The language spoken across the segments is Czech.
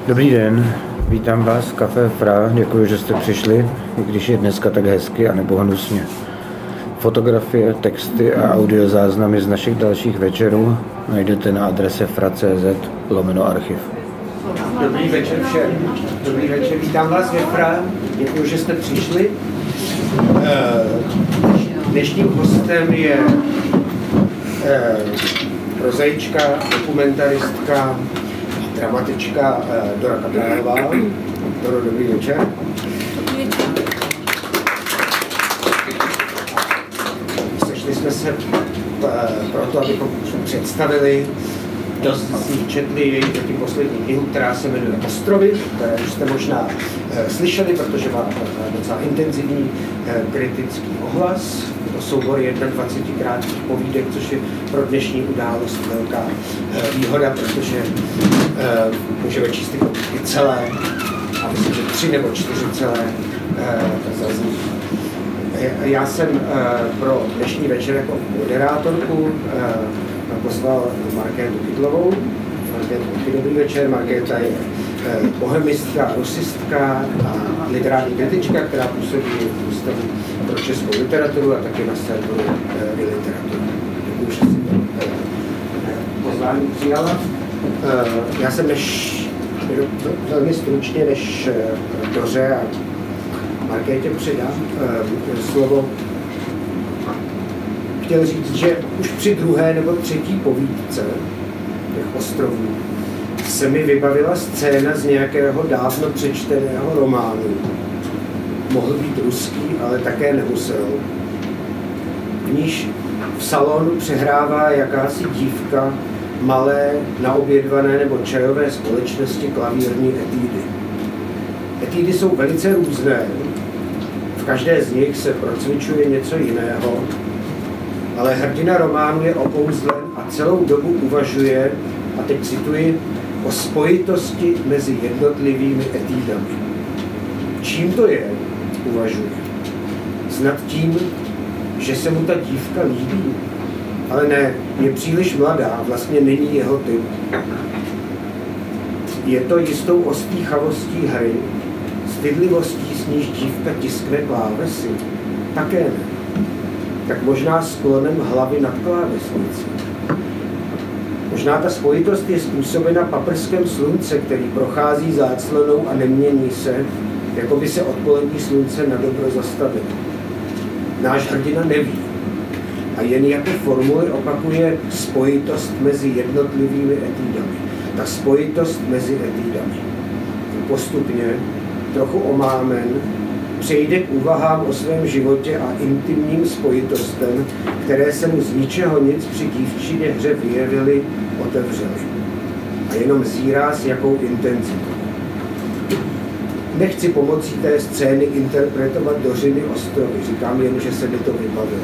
Dobrý den, vítám vás v Café Fra, děkuji, že jste přišli, i když je dneska tak hezky a nebo hnusně. Fotografie, texty a audiozáznamy z našich dalších večerů najdete na adrese fra.cz/archiv. Dobrý večer všem. Dobrý večer, vítám vás ve Fra, děkuji, že jste přišli. Dnešním hostem je prozaička, dokumentaristka, dramatička Dora Kaprálová. Doro, dobrý večer. Sešli jsme se proto, abychom představili, dost z nich četli její taky poslední knihu, která se jmenuje Ostrovy, které už jste možná slyšeli, protože má docela intenzivní kritický ohlas. To soubor 21 krátkých povídek, což je pro dnešní událost velká výhoda, protože můžeme číst ty povídky celé, a myslím, že 3 nebo 4 celé zazní. Já jsem pro dnešní večer jako moderátorku pozval Markétu Kydlovou. Markéta, dobrý večer. Markéta je bohemistka, rusistka a literární kritička, která působí v Ústavu pro českou literaturu a taky na serveru iLiteraturu. Děkuji, že jsi pozvání přijala. Já jsem velmi stručně, než Doře a Markétě předám slovo, chtěl říct, že už při 2. nebo 3. povídce těch ostrovů se mi vybavila scéna z nějakého dávno přečteného románu. Mohl být ruský, ale také nemusel. V níž v salonu přehrává jakási dívka malé, naobědvané nebo čajové společnosti klavírní etídy. Etídy jsou velice různé. V každé z nich se procvičuje něco jiného, ale hrdina románu je okouzlen a celou dobu uvažuje, a teď cituji, o spojitosti mezi jednotlivými etídami. Čím to je, uvažuje? Snad tím, že se mu ta dívka líbí? Ale ne, je příliš mladá, vlastně není jeho typ. Je to jistou ostýchavostí hry, stydlivostí, s níž dívka tiskne klávesy? Také ne. Tak možná sklonem hlavy nad klávesnicí. Možná ta spojitost je způsobena paprskem slunce, který prochází záclonou a nemění se, jako by se odpolední slunce na dobro zastavilo. Náš hrdina neví a jen jako formuli opakuje spojitost mezi jednotlivými etídami. Ta spojitost mezi etídami. Postupně, trochu omámen, přejde k úvahám o svém životě a intimním spojitostem, které se mu z ničeho nic při dívčině hře vyjevily, otevřely. A jenom zírá s jakou intenzitou. Nechci pomocí té scény interpretovat Dořiny ostrovy, říkám jen, že se mi to vybavilo.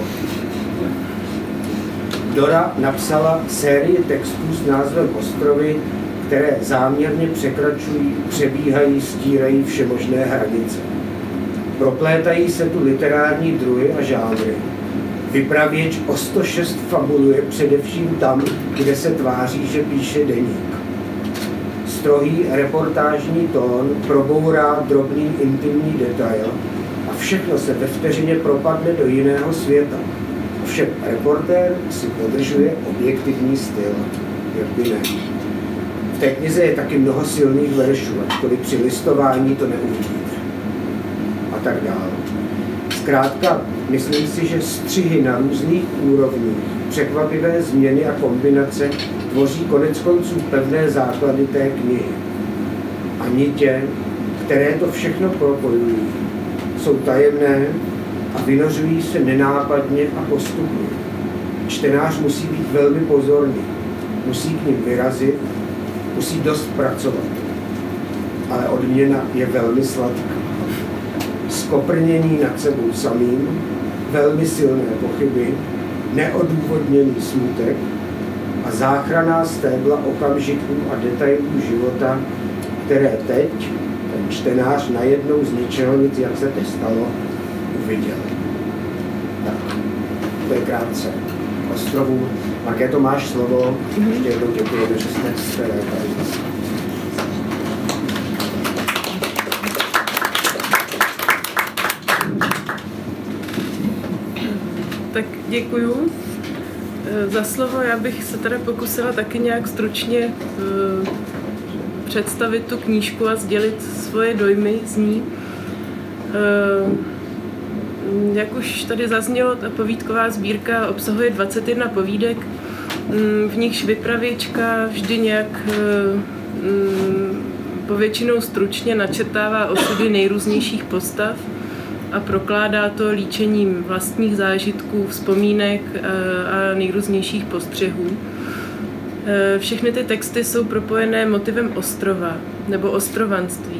Dora napsala sérii textů s názvem Ostrovy, které záměrně překračují, přebíhají, stírají všemožné hranice. Proplétají se tu literární druhy a žánry. Vypravěč o 106 fabuluje především tam, kde se tváří, že píše deník. Strohý reportážní tón probourá drobný intimní detail a všechno se ve vteřině propadne do jiného světa. Ovšem reportér si podržuje objektivní styl, jak by ne. V té knize je taky mnoho silných veršů, ačkoliv při listování to neuvidíte. A tak dále. Zkrátka, myslím si, že střihy na různých úrovních, překvapivé změny a kombinace tvoří koneckonců pevné základy té knihy. A nitě, které to všechno propojují, jsou tajemné a vynořují se nenápadně a postupně. Čtenář musí být velmi pozorný, musí k nim vyrazit, musí dost pracovat. Ale odměna je velmi sladká. Skoprnění nad sebou samým, velmi silné pochyby, neodůvodněný smutek a záchranná stébla okamžiků a detailů života, které teď ten čtenář najednou z ničeho nic, jak se to stalo, uviděl. Tak, to je krátce Ostrovů. Markéto, máš slovo. Ještě jednou děkujeme, že jste tady. Děkuju za slovo. Já bych se teda pokusila taky nějak stručně představit tu knížku a sdělit svoje dojmy z ní. Jak už tady zaznělo, ta povídková sbírka obsahuje 21 povídek, v nichž vypravěčka vždy nějak povětšinou stručně načrtává osudy nejrůznějších postav a prokládá to líčením vlastních zážitků, vzpomínek a nejrůznějších postřehů. Všechny ty texty jsou propojené motivem ostrova nebo ostrovanství.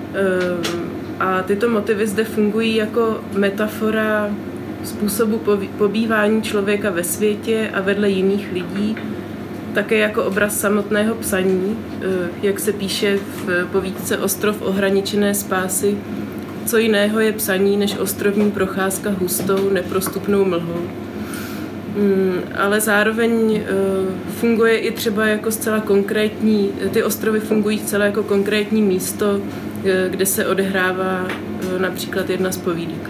A tyto motivy zde fungují jako metafora způsobu pobývání člověka ve světě a vedle jiných lidí, také jako obraz samotného psaní, jak se píše v povídce Ostrov ohraničené spásy. Co jiného je psaní, než ostrovní procházka hustou, neprostupnou mlhou. Ale zároveň funguje i třeba jako zcela konkrétní, ty ostrovy fungují zcela jako konkrétní místo, kde se odehrává například jedna z povídek.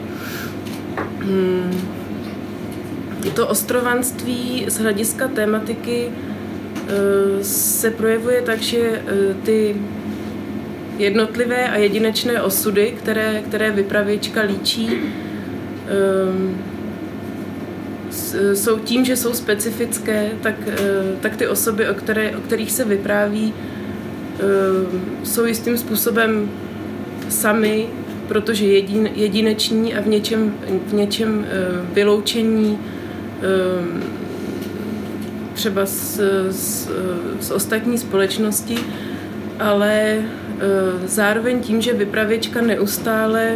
To ostrovanství z hlediska tématiky se projevuje tak, že ty jednotlivé a jedinečné osudy, které vypravěčka líčí, jsou tím, že jsou specifické, tak ty osoby, o kterých se vypráví, jsou jistým způsobem sami, protože jedineční a v něčem vyloučení třeba z ostatní společnosti, ale zároveň tím, že vypravěčka neustále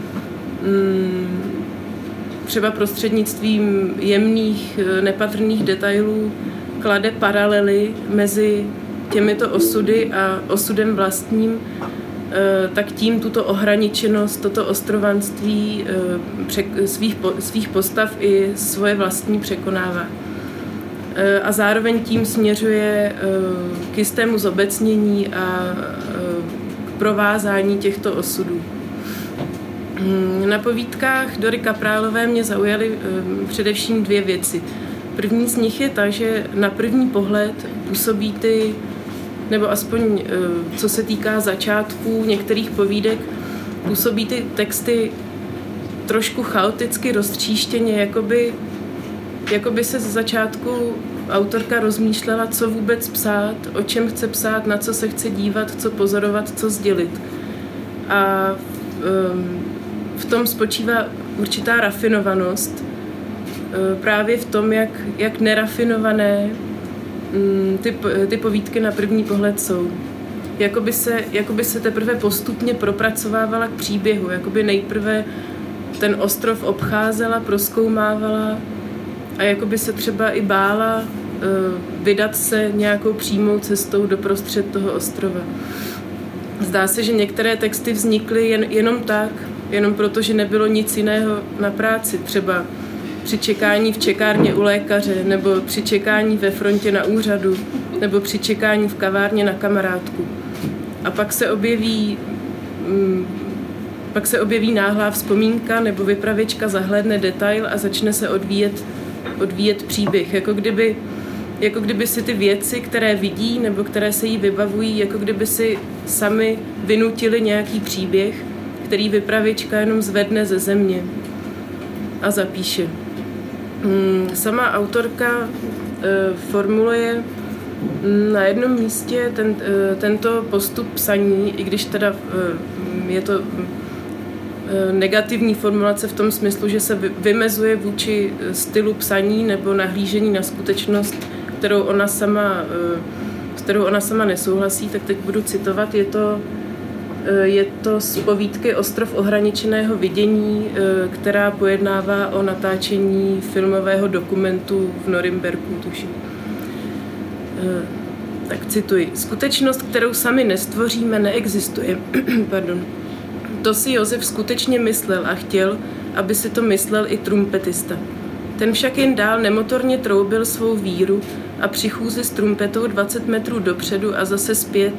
třeba prostřednictvím jemných, nepatrných detailů klade paralely mezi těmito osudy a osudem vlastním, tak tím tuto ohraničenost, toto ostrovanství svých postav i svoje vlastní překonává. A zároveň tím směřuje k jistému zobecnění a k provázání těchto osudů. Na povídkách Dory Kaprálové mě zaujaly především dvě věci. První z nich je ta, že na první pohled působí ty, nebo aspoň co se týká začátků některých povídek, působí ty texty trošku chaoticky roztříštěně, jakoby se ze začátku autorka rozmýšlela, co vůbec psát, o čem chce psát, na co se chce dívat, co pozorovat, co sdělit. A v tom spočívá určitá rafinovanost, právě v tom, jak nerafinované ty povídky na první pohled jsou. Jakoby se teprve postupně propracovávala k příběhu, jakoby nejprve ten ostrov obcházela, prozkoumávala a jakoby se třeba i bála vydat se nějakou přímou cestou doprostřed toho ostrova. Zdá se, že některé texty vznikly jenom proto, že nebylo nic jiného na práci, třeba při čekání v čekárně u lékaře, nebo při čekání ve frontě na úřadu, nebo při čekání v kavárně na kamarádku. A pak se objeví náhlá vzpomínka, nebo vypravěčka zahlédne detail a začne se odvíjet příběh. Jako kdyby si ty věci, které vidí, nebo které se jí vybavují, jako kdyby si sami vynutili nějaký příběh, který vypravěčka jenom zvedne ze země a zapíše. Sama autorka formuluje na jednom místě tento postup psaní, i když teda je to negativní formulace v tom smyslu, že se vymezuje vůči stylu psaní nebo nahlížení na skutečnost, s kterou ona sama nesouhlasí, tak teď budu citovat. Je to z povídky Ostrov ohraničeného vidění, která pojednává o natáčení filmového dokumentu v Norimberku, tuším. Tak cituji. Skutečnost, kterou sami nestvoříme, neexistuje. Pardon. To si Josef skutečně myslel a chtěl, aby si to myslel i trumpetista. Ten však jen dál nemotorně troubil svou víru a při chůzi s trumpetou 20 metrů dopředu a zase zpět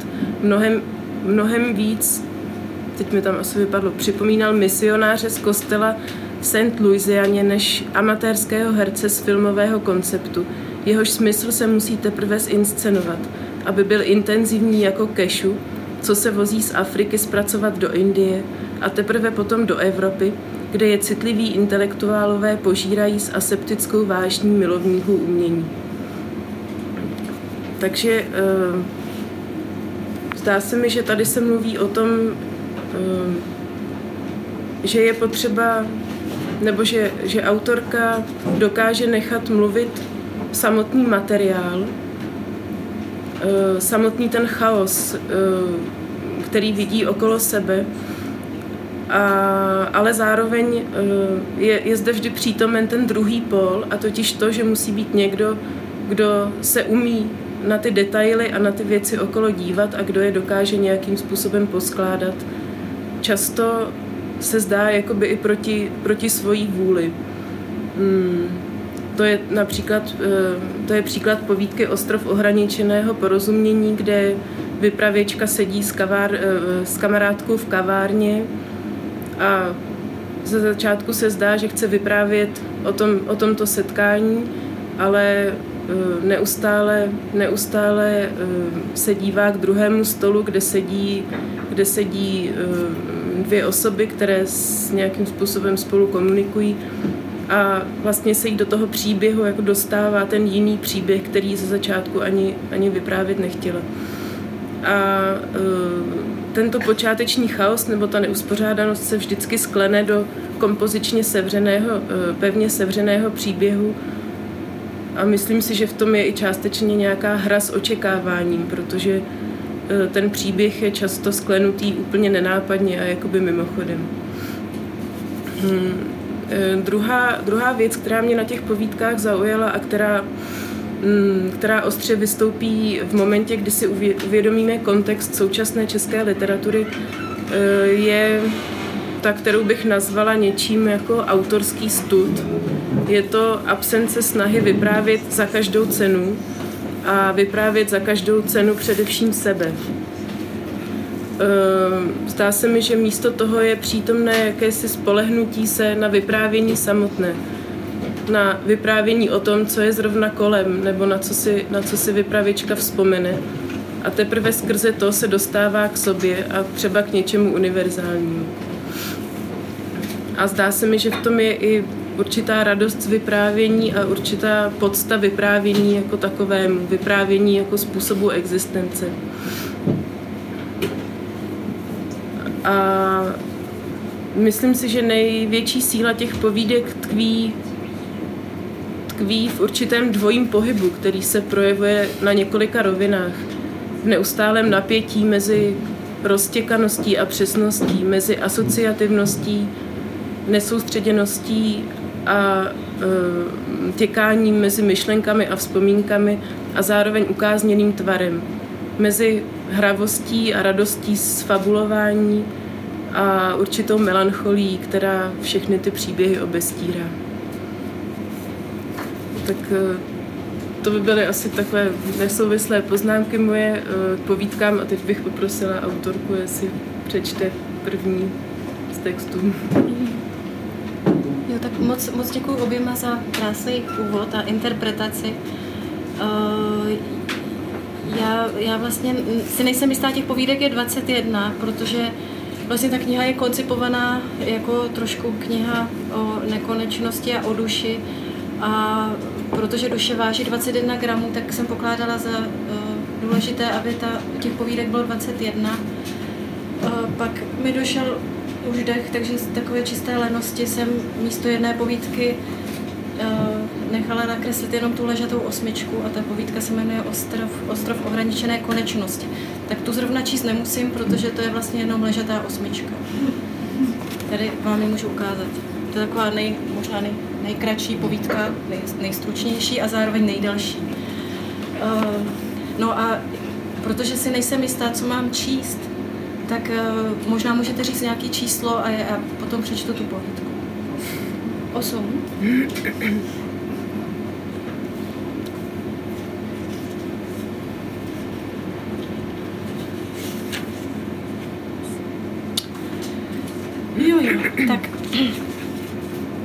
mnohem víc, teď mi tam asi vypadlo, připomínal misionáře z kostela St. Louisianě než amatérského herce z filmového konceptu. Jehož smysl se musí teprve zinscenovat, aby byl intenzivní jako kešu, co se vozí z Afriky zpracovat do Indie a teprve potom do Evropy, kde je citliví intelektuálové požírají s aseptickou vášní milovníků umění. Takže zdá se mi, že tady se mluví o tom, že je potřeba, nebo že autorka dokáže nechat mluvit samotný materiál, samotný ten chaos, který vidí okolo sebe, ale zároveň je zde vždy přítomen ten druhý pól, a totiž to, že musí být někdo, kdo se umí na ty detaily a na ty věci okolo dívat a kdo je dokáže nějakým způsobem poskládat. Často se zdá jakoby i proti svojí vůli. To je například to je příklad povídky Ostrov ohraničeného porozumění, kde vypravěčka sedí s kamarádkou v kavárně a ze začátku se zdá, že chce vyprávět o tomto setkání, ale neustále se dívá k druhému stolu, kde sedí dvě osoby, které s nějakým způsobem spolu komunikují, a vlastně se jí do toho příběhu jako dostává ten jiný příběh, který ze začátku ani vyprávět nechtěla. A tento počáteční chaos nebo ta neuspořádanost se vždycky sklene do kompozičně pevně sevřeného příběhu, a myslím si, že v tom je i částečně nějaká hra s očekáváním, protože ten příběh je často sklenutý úplně nenápadně a jakoby mimochodem. Druhá věc, která mě na těch povídkách zaujala a která ostře vystoupí v momentě, kdy si uvědomíme kontext současné české literatury, je ta, kterou bych nazvala něčím jako autorský stud. Je to absence snahy vyprávět za každou cenu a vyprávět za každou cenu především sebe. Zdá se mi, že místo toho je přítomné jakési spolehnutí se na vyprávění samotné. Na vyprávění o tom, co je zrovna kolem, nebo na co si vypravěčka vzpomene. A teprve skrze to se dostává k sobě a třeba k něčemu univerzálnímu. A zdá se mi, že v tom je i určitá radost z vyprávění a určitá podsta vyprávění jako takovému, vyprávění jako způsobu existence. A myslím si, že největší síla těch povídek tkví v určitém dvojím pohybu, který se projevuje na několika rovinách. V neustálém napětí mezi roztěkaností a přesností, mezi asociativností, nesoustředěností a těkáním mezi myšlenkami a vzpomínkami a zároveň ukázněným tvarem. Mezi hravostí a radostí z fabulování a určitou melancholí, která všechny ty příběhy obestírá. Tak to by byly asi takové nesouvislé poznámky moje k povídkám a teď bych poprosila autorku, jestli přečte první z textů. Jo, tak moc děkuju oběma za krásný úvod a interpretaci. Já vlastně si nejsem jistá, těch povídek je 21, protože vlastně ta kniha je koncipovaná jako trošku kniha o nekonečnosti a o duši, a protože duše váží 21 gramů, tak jsem pokládala za důležité, aby těch povídek bylo 21. Pak mi došel už dech, takže z takové čisté lenosti jsem místo jedné povídky nechala nakreslit jenom tu ležatou osmičku a ta povídka se jmenuje Ostrov ohraničené konečnosti. Tak tu zrovna číst nemusím, protože to je vlastně jenom ležatá osmička. Tady vám ji můžu ukázat. To je taková možná nejkratší povídka, nejstručnější a zároveň nejdelší. No a protože si nejsem jistá, co mám číst, tak možná můžete říct nějaké číslo a já potom přečtu tu povídku. 8. Jo, tak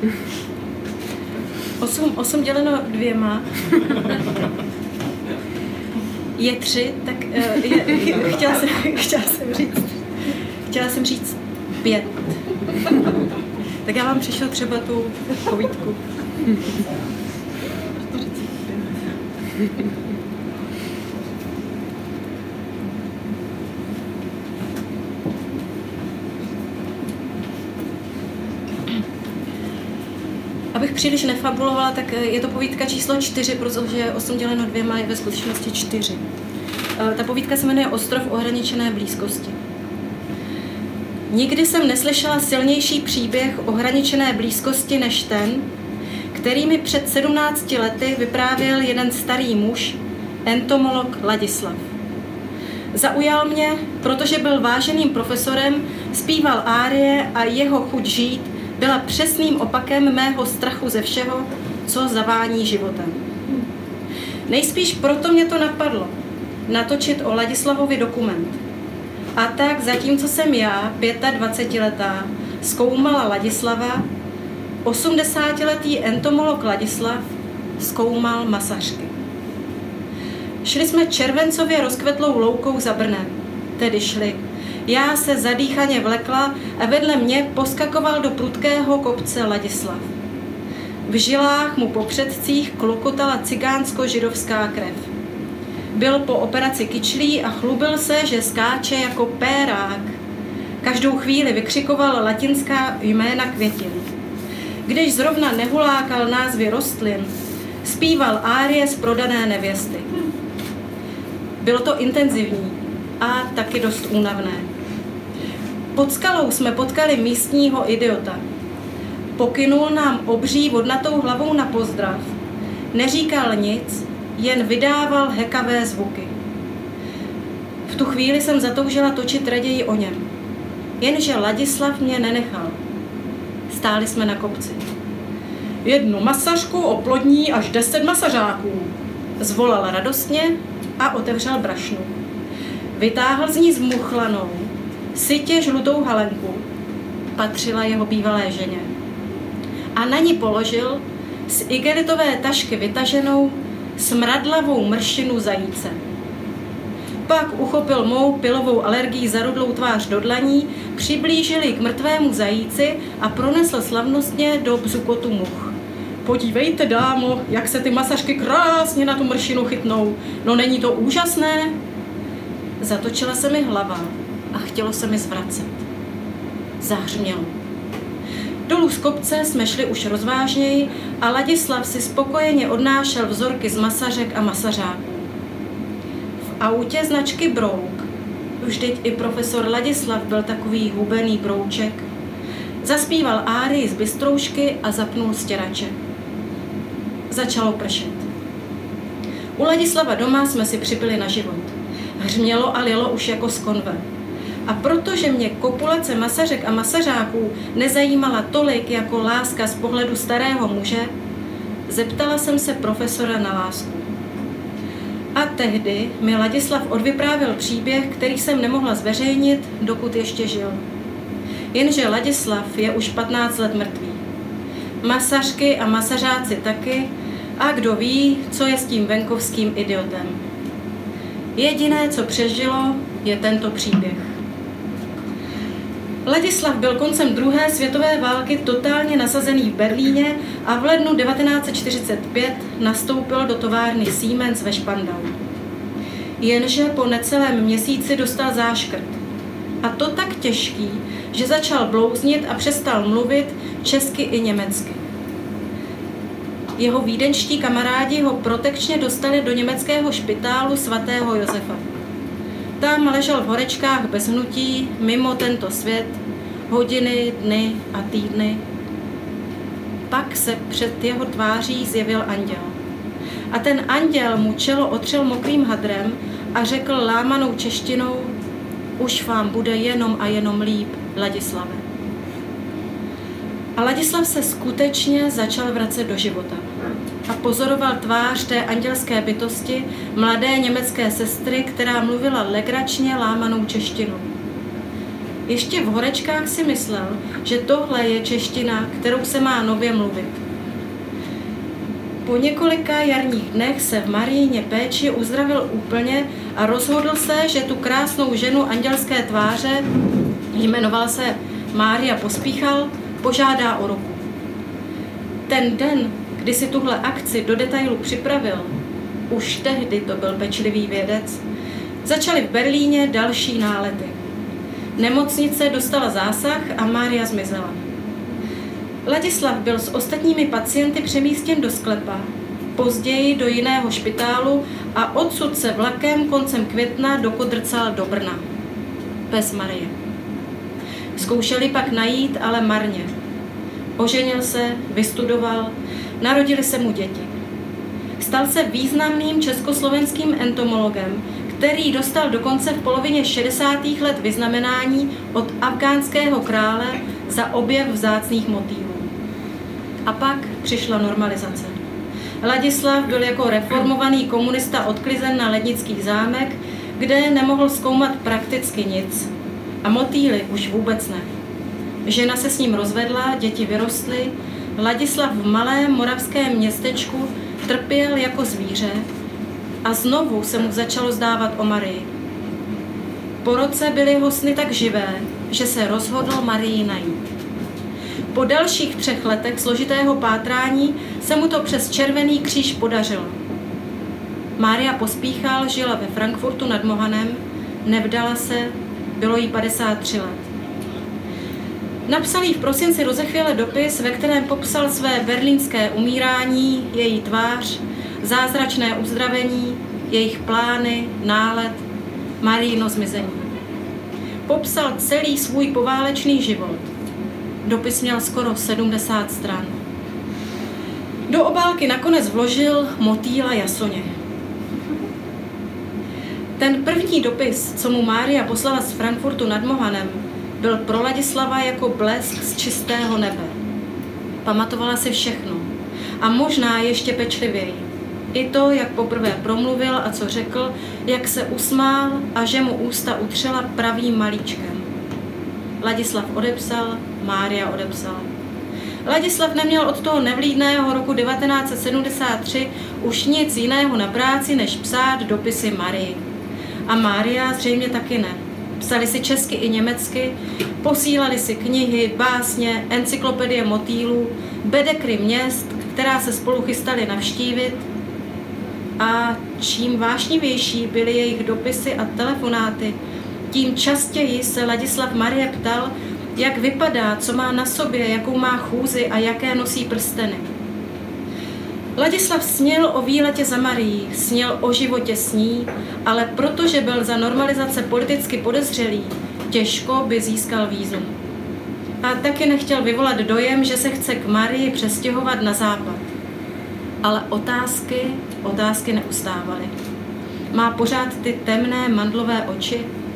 Osm děleno 2 je 3, tak chtěla jsem říct 5. Tak já vám přišel třeba tu povídku. Abych příliš nefabulovala, tak je to povídka číslo 4, protože 8 děleno 2 je ve skutečnosti 4. Ta povídka se jmenuje Ostrov ohraničené blízkosti. Nikdy jsem neslyšela silnější příběh ohraničené blízkosti než ten, který mi před 17 lety vyprávěl jeden starý muž, entomolog Ladislav. Zaujal mě, protože byl váženým profesorem, zpíval árie a jeho chuť žít byla přesným opakem mého strachu ze všeho, co zavání životem. Nejspíš proto mě to napadlo, natočit o Ladislavovi dokument. A tak zatímco jsem já, 25letá, zkoumala Ladislava, 80letý entomolog Ladislav zkoumal masařky. Šli jsme červencově rozkvetlou loukou za Brnem, tedy šli. Já se zadýchaně vlekla a vedle mě poskakoval do prudkého kopce Ladislav. V žilách mu po předcích klokotala cigánsko-židovská krev. Byl po operaci kyčlí a chlubil se, že skáče jako pérák. Každou chvíli vykřikoval latinská jména květin. Když zrovna nehulákal názvy rostlin, zpíval árie z Prodané nevěsty. Bylo to intenzivní a taky dost únavné. Pod skalou jsme potkali místního idiota. Pokynul nám obří vodnatou hlavou na pozdrav. Neříkal nic, jen vydával hekavé zvuky. V tu chvíli jsem zatoužila točit raději o něm. Jenže Ladislav mě nenechal. Stáli jsme na kopci. 1 masažku oplodní až 10 masažáků, zvolal radostně a otevřel brašnu. Vytáhl z ní zmuchlanou, sytě žlutou halenku, patřila jeho bývalé ženě. A na ní položil z igelitové tašky vytaženou smradlavou mršinu zajíce. Pak uchopil mou pilovou alergii zarudlou tvář do dlaní, přiblížil ji k mrtvému zajíci a pronesl slavnostně do bzukotu much. Podívejte, dámo, jak se ty masažky krásně na tu mršinu chytnou. No není to úžasné? Zatočila se mi hlava a chtělo se mi zvracet. Zahřmělo. Dolů z kopce jsme šli už rozvážněji a Ladislav si spokojeně odnášel vzorky z masažek a masažáků. V autě značky Brouk, vždyť i profesor Ladislav byl takový hubený brouček, zaspíval árii z Bystroušky a zapnul stěrače. Začalo pršet. U Ladislava doma jsme si připili na život. Hřmělo a lilo už jako z konve. A protože mě kopulace masažek a masažáků nezajímala tolik jako láska z pohledu starého muže, zeptala jsem se profesora na lásku. A tehdy mi Ladislav odvyprávěl příběh, který jsem nemohla zveřejnit, dokud ještě žil. Jenže Ladislav je už 15 let mrtvý. Masažky a masažáci taky a kdo ví, co je s tím venkovským idiotem. Jediné, co přežilo, je tento příběh. Ladislav byl koncem druhé světové války totálně nasazený v Berlíně a v lednu 1945 nastoupil do továrny Siemens ve Špandau. Jenže po necelém měsíci dostal záškrt. A to tak těžký, že začal blouznit a přestal mluvit česky i německy. Jeho vídeňští kamarádi ho protekčně dostali do německého špitálu svatého Josefa. Tam ležel v horečkách bez hnutí, mimo tento svět, hodiny, dny a týdny. Pak se před jeho tváří zjevil anděl. A ten anděl mu čelo otřel mokrým hadrem a řekl lámanou češtinou: už vám bude jenom a jenom líp, Ladislave. A Ladislav se skutečně začal vracet do života. A pozoroval tvář té andělské bytosti, mladé německé sestry, která mluvila legračně lámanou češtinu. Ještě v horečkách si myslel, že tohle je čeština, kterou se má nově mluvit. Po několika jarních dnech se v Marijině péči uzdravil úplně a rozhodl se, že tu krásnou ženu andělské tváře, jmenovala se Mária Pospíchal, požádá o ruku. Ten den, kdy si tuhle akci do detailu připravil, už tehdy to byl pečlivý vědec, začaly v Berlíně další nálety. Nemocnice dostala zásah a Mária zmizela. Ladislav byl s ostatními pacienty přemístěn do sklepa, později do jiného špitálu a odsud se vlakem koncem května dokodrcal do Brna. Bez Marie. Zkoušeli pak najít, ale marně. Oženil se, vystudoval, narodili se mu děti. Stal se významným československým entomologem, který dostal dokonce v polovině 60. let vyznamenání od afghánského krále za objev vzácných motýlů. A pak přišla normalizace. Ladislav byl jako reformovaný komunista odklizen na Lednický zámek, kde nemohl zkoumat prakticky nic. A motýly už vůbec ne. Žena se s ním rozvedla, děti vyrostly, Ladislav v malém moravském městečku trpěl jako zvíře a znovu se mu začalo zdávat o Marii. Po roce byly jeho sny tak živé, že se rozhodl Marii najít. Po dalších 3 letech složitého pátrání se mu to přes Červený kříž podařilo. Mária Pospíchal žila ve Frankfurtu nad Mohanem, nevdala se, bylo jí 53 let. Napsal jí v prosinci rozechvěle dopis, ve kterém popsal své berlínské umírání, její tvář, zázračné uzdravení, jejich plány, nálet, Mariino zmizení. Popsal celý svůj poválečný život. Dopis měl skoro 70 stran. Do obálky nakonec vložil motýla Jasoně. Ten první dopis, co mu Mária poslala z Frankfurtu nad Mohanem, byl pro Ladislava jako blesk z čistého nebe. Pamatovala si všechno. A možná ještě pečlivěji. I to, jak poprvé promluvil a co řekl, jak se usmál a že mu ústa utřela pravým malíčkem. Ladislav odepsal, Mária odepsala. Ladislav neměl od toho nevlídného roku 1973 už nic jiného na práci, než psát dopisy Marii. A Mária zřejmě taky ne. Psali si česky i německy, posílali si knihy, básně, encyklopedie motýlů, bedekry měst, která se spolu chystali navštívit. A čím vášnivější byly jejich dopisy a telefonáty, tím častěji se Ladislav Marie ptal, jak vypadá, co má na sobě, jakou má chůzi a jaké nosí prsteny. Ladislav snil o výletě za Marií, snil o životě s ní, ale protože byl za normalizace politicky podezřelý, těžko by získal vízum. A taky nechtěl vyvolat dojem, že se chce k Marii přestěhovat na západ. Ale otázky neustávaly. Má pořád ty temné mandlové oči.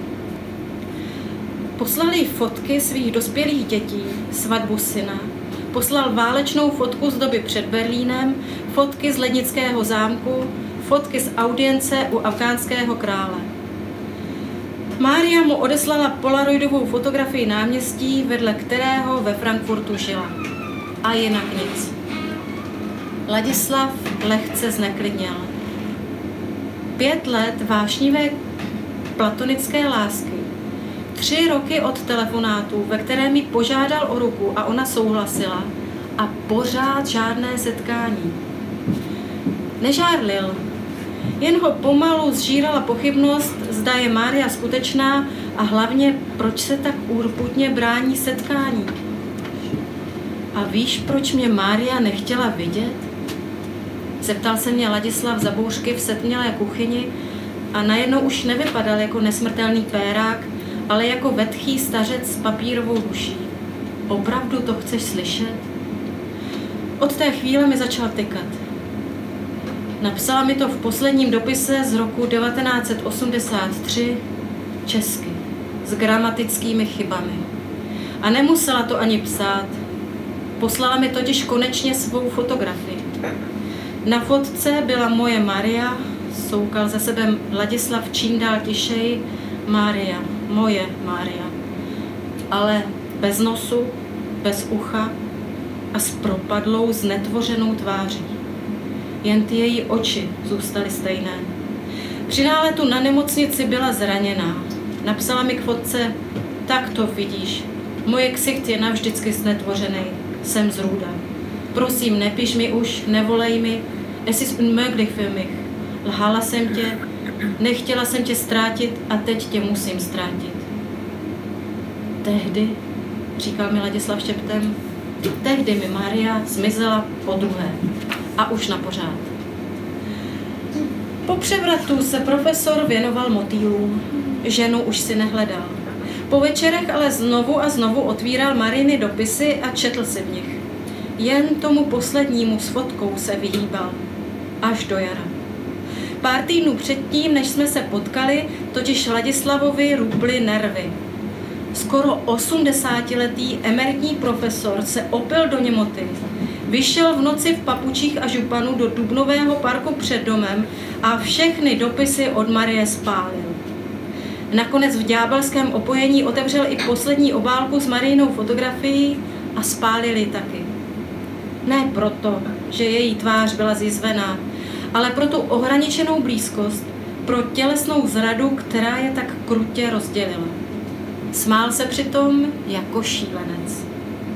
Poslal jí fotky svých dospělých dětí, svatbu syna, poslal válečnou fotku z doby před Berlínem, fotky z Lednického zámku, fotky z audience u afghánského krále. Mária mu odeslala polaroidovou fotografii náměstí, vedle kterého ve Frankfurtu žila. A jinak nic. Ladislav lehce zneklidněl. 5 let vášnivé platonické lásky, 3 roky od telefonátu, ve kterém mi požádal o ruku a ona souhlasila, a pořád žádné setkání. Nežárlil, jen ho pomalu zžírala pochybnost, zda je Mária skutečná a hlavně, proč se tak urputně brání setkání. A víš, proč mě Mária nechtěla vidět? Zeptal se mě Ladislav za bouřky v setmělé kuchyni a najednou už nevypadal jako nesmrtelný pérák, ale jako vetchý stařec s papírovou duší. Opravdu to chceš slyšet? Od té chvíle mi začal tykat. Napsala mi to v posledním dopise z roku 1983 česky, s gramatickými chybami. A nemusela to ani psát. Poslala mi totiž konečně svou fotografii. Na fotce byla moje Maria, soukal za sebe Ladislav čím dál tišeji, Mária, moje Mária. ale bez nosu, bez ucha a s propadlou, znetvořenou tváří. Jen ty její oči zůstaly stejné. Při náletu na nemocnici byla zraněná. Napsala mi k fotce: tak to vidíš, moje ksicht je navždycky znetvořený, jsem zrůda. Prosím, nepiš mi už, nevolej mi, es ist unmöglich für mich. Lhala jsem tě, nechtěla jsem tě ztrátit a teď tě musím ztrátit. Tehdy, říkal mi Ladislav šeptem, tehdy mi Maria zmizela podruhé a už na pořád. Po převratu se profesor věnoval motýlům. Ženu už si nehledal. Po večerech ale znovu a znovu otvíral Mariny dopisy a četl si v nich. Jen tomu poslednímu s fotkou se vyhýbal. Až do jara. Pár týdnů předtím, než jsme se potkali, totiž Ladislavovi ruply nervy. Skoro 80letý emeritní profesor se opil do němoty. Vyšel v noci v papučích a županu do dubnového parku před domem a všechny dopisy od Marie spálil. Nakonec v ďábelském opojení otevřel i poslední obálku s Marijinou fotografií a spálil ji taky. Ne proto, že její tvář byla zjizvená, ale pro tu ohraničenou blízkost, pro tělesnou zradu, která je tak krutě rozdělila. Smál se přitom jako šílenec.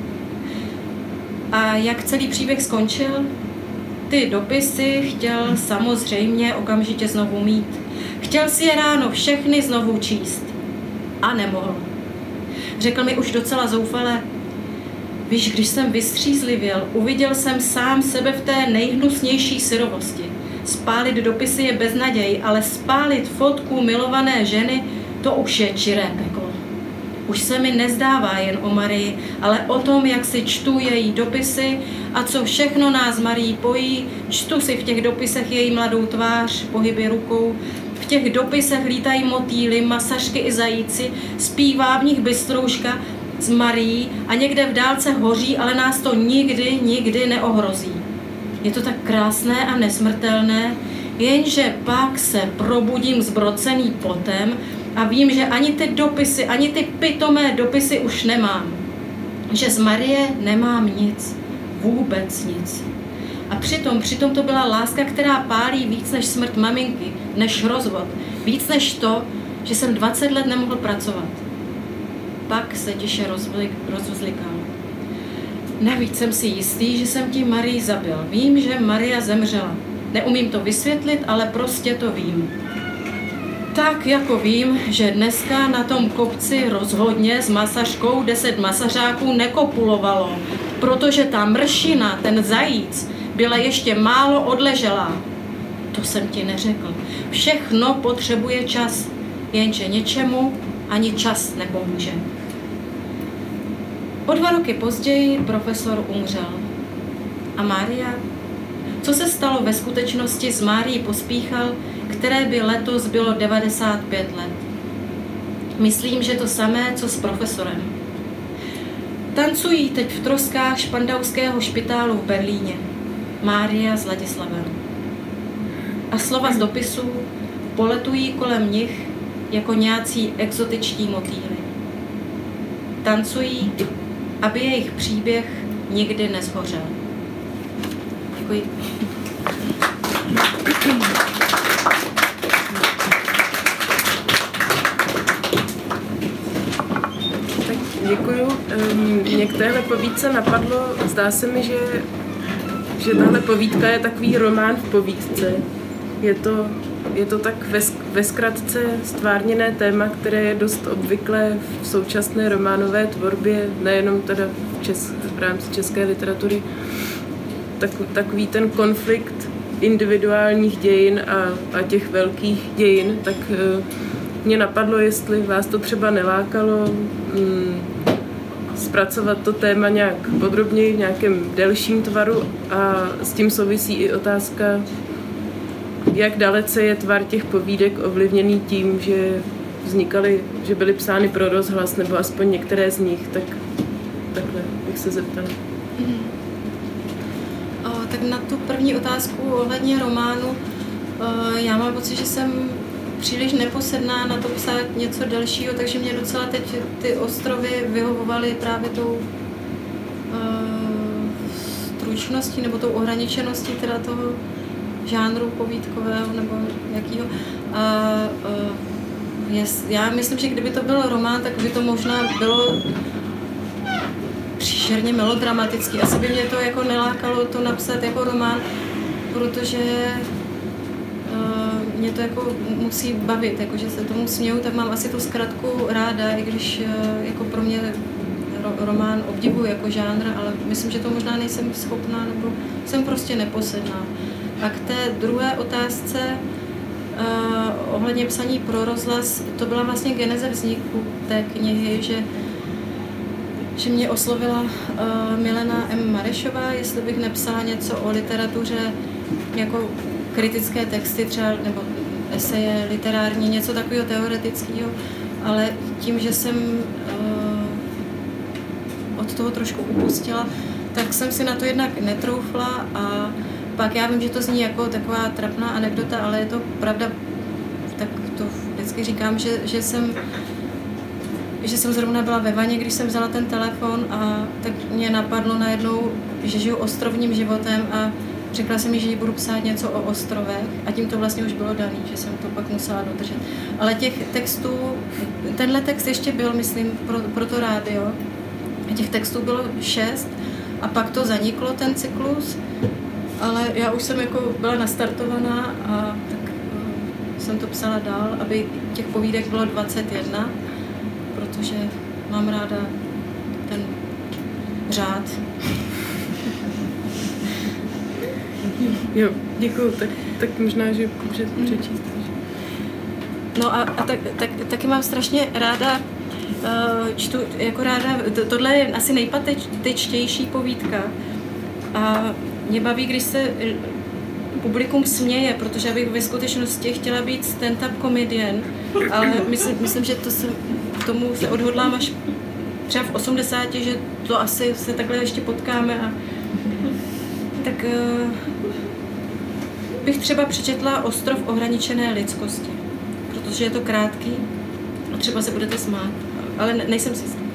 A jak celý příběh skončil? Ty dopisy chtěl samozřejmě okamžitě znovu mít. Chtěl si je ráno všechny znovu číst. A nemohl. Řekl mi už docela zoufale: víš, když jsem vystřízlivěl, uviděl jsem sám sebe v té nejhnusnější syrovosti. Spálit dopisy je beznaděj, ale spálit fotku milované ženy, to už je čiré peklo. Už se mi nezdává jen o Marii, ale o tom, jak si čtu její dopisy a co všechno nás Marií pojí. Čtu si v těch dopisech její mladou tvář, pohyby rukou. V těch dopisech lítají motýly, masažky i zajíci, zpívá v nich bystrouška s Marií a někde v dálce hoří, ale nás to nikdy neohrozí. Je to tak krásné a nesmrtelné, jenže pak se probudím zbrocený potem a vím, že ani ty dopisy, ani ty pitomé dopisy už nemám. Že z Marie nemám nic, vůbec nic. A přitom to byla láska, která pálí víc než smrt maminky, než rozvod, víc než to, že jsem 20 let nemohl pracovat. Pak se tiše rozvzlikal. Navíc jsem si jistý, že jsem ti Marii zabil. Vím, že Maria zemřela. Neumím to vysvětlit, ale prostě to vím. Tak jako vím, že dneska na tom kopci rozhodně s masažkou 10 masažáků nekopulovalo, protože ta mršina, ten zajíc, byla ještě málo odleželá. To jsem ti neřekl. Všechno potřebuje čas, jenže něčemu ani čas nepomůže. O 2 roky později profesor umřel. A Mária? Co se stalo ve skutečnosti s Márií Pospíchal, které by letos bylo 95 let? Myslím, že to samé, co s profesorem. Tancují teď v troskách Špandauského špitálu v Berlíně. Mária s Ladislavem. A slova z dopisů poletují kolem nich jako nějací exotičtí motýly. Tancují, aby jejich příběh nikdy nezhořel. Děkuji. Tak děkuju. Mě k téhle povídce napadlo, zdá se mi, že tahle povídka je takový román v povídce. Je to tak ve zkratce stvárněné téma, které je dost obvyklé v současné románové tvorbě, nejenom teda v rámci české literatury. Takový ten konflikt individuálních dějin a těch velkých dějin, tak mě napadlo, jestli vás to třeba nelákalo zpracovat to téma nějak podrobněji v nějakém delším tvaru, a s tím souvisí i otázka, jak dalece je tvar těch povídek ovlivněný tím, že byly psány pro rozhlas, nebo aspoň některé z nich, tak takhle bych se zeptala. Tak na tu první otázku ohledně románu, já mám pocit, že jsem příliš neposedná na to psát něco delšího, takže mě docela teď ty ostrovy vyhovovaly právě tou stručností nebo tou ohraničeností teda toho žánru povídkového nebo jakýho. Já myslím, že kdyby to byl román, tak by to možná bylo příšerně melodramatický. Asi by mě to jako nelákalo to napsat jako román, protože mě to jako musí bavit, jako že se tomu směju, tak mám asi tu zkratku ráda, i když jako pro mě román obdivuji jako žánr, ale myslím, že to možná nejsem schopná, nebo jsem prostě neposedná. A k té druhé otázce ohledně psaní pro rozhlas, to byla vlastně geneze vzniku té knihy, že mě oslovila Milena M. Marešová, jestli bych nepsala něco o literatuře, jako kritické texty třeba, nebo eseje literární, něco takového teoretického, ale tím, že jsem od toho trošku upustila, tak jsem si na to jednak netroufla a pak já vím, že to zní jako taková trapná anekdota, ale je to pravda, tak to vždycky říkám, že jsem zrovna byla ve vaně, když jsem vzala ten telefon a tak mě napadlo najednou, že žiju ostrovním životem a řekla jsem mi, že jí budu psát něco o ostrovech a tím to vlastně už bylo daný, že jsem to pak musela dodržet. Ale těch textů, tenhle text ještě byl, myslím, pro to rádio, těch textů bylo 6 a pak to zaniklo, ten cyklus, ale já už jsem jako byla nastartovaná a tak jsem to psala dál, aby těch povídek bylo 21, protože mám ráda ten řád. Jo, děkuju, tak možná, že přečíst. No a taky mám strašně ráda, čtu jako ráda, tohle je asi nejpatečtější povídka a mě baví, když se publikum směje, protože bych ve skutečnosti chtěla být stand-up comedian, ale myslím, že tomu se odhodlám až třeba v 80, že to asi se takhle ještě potkáme a tak bych třeba přečetla Ostrov ohraničené lidskosti, protože je to krátký a třeba se budete smát, ale nejsem si jistá.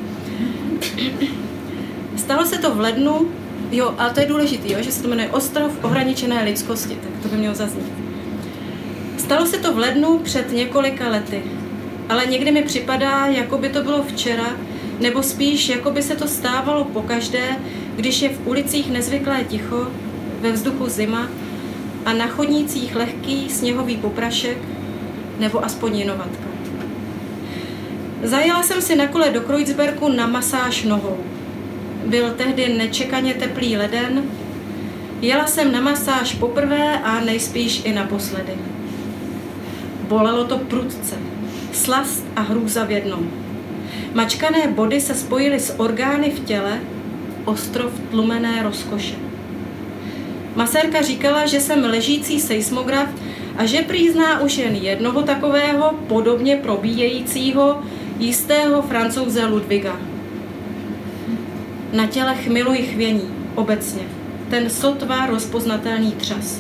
Stalo se to v lednu, jo, ale to je důležitý, jo, že se to jmenuje Ostrov ohraničené lidskosti, tak to by mělo zaznít. Stalo se to v lednu před několika lety, ale někdy mi připadá, jako by to bylo včera, nebo spíš, jako by se to stávalo pokaždé, když je v ulicích nezvyklé ticho, ve vzduchu zima a na chodnících lehký sněhový poprašek nebo aspoň jinovatka. Zajela jsem si na kole do Kreuzbergu na masáž nohou. Byl tehdy nečekaně teplý leden. Jela jsem na masáž poprvé a nejspíš i naposledy. Bolelo to prudce. Slast a hrůza v jednom. Mačkané body se spojily s orgány v těle, ostrov tlumené rozkoše. Masérka říkala, že jsem ležící seismograf a že prý zná už jen jednoho takového podobně probíjejícího jistého Francouze Ludwiga. Na těle chmiluji chvění, obecně, ten sotva rozpoznatelný třas.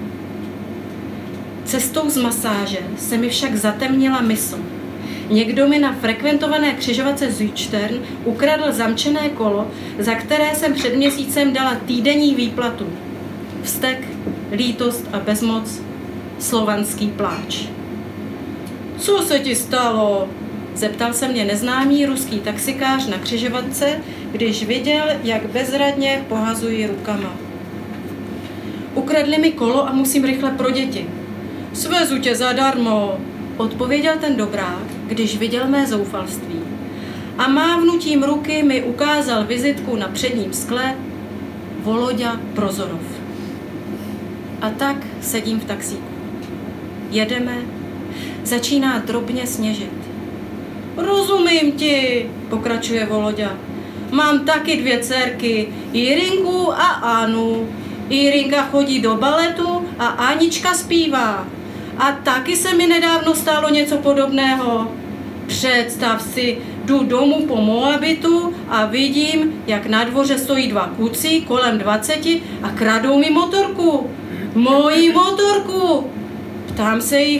Cestou z masáže se mi však zatemnila mysl. Někdo mi na frekventované křižovatce Südstern ukradl zamčené kolo, za které jsem před měsícem dala týdenní výplatu. Vztek, lítost a bezmoc, slovanský pláč. Co se ti stalo? Zeptal se mě neznámý ruský taxikář na křižovatce, když viděl, jak bezradně pohazuji rukama. Ukradli mi kolo a musím rychle pro děti. Svezu tě zadarmo, odpověděl ten dobrák, když viděl mé zoufalství. A mávnutím ruky mi ukázal vizitku na předním skle Voloďa Prozorov. A tak sedím v taxíku. Jedeme, začíná drobně sněžit. Rozumím ti, pokračuje Voloďa. Mám taky 2 dcerky, Jirinku a Anu. Jirinka chodí do baletu a Anička zpívá. A taky se mi nedávno stalo něco podobného. Představ si, jdu domů po Moabitu a vidím, jak na dvoře stojí 2 kluci kolem 20 a kradou mi motorku. Moji motorku! Ptám se jich,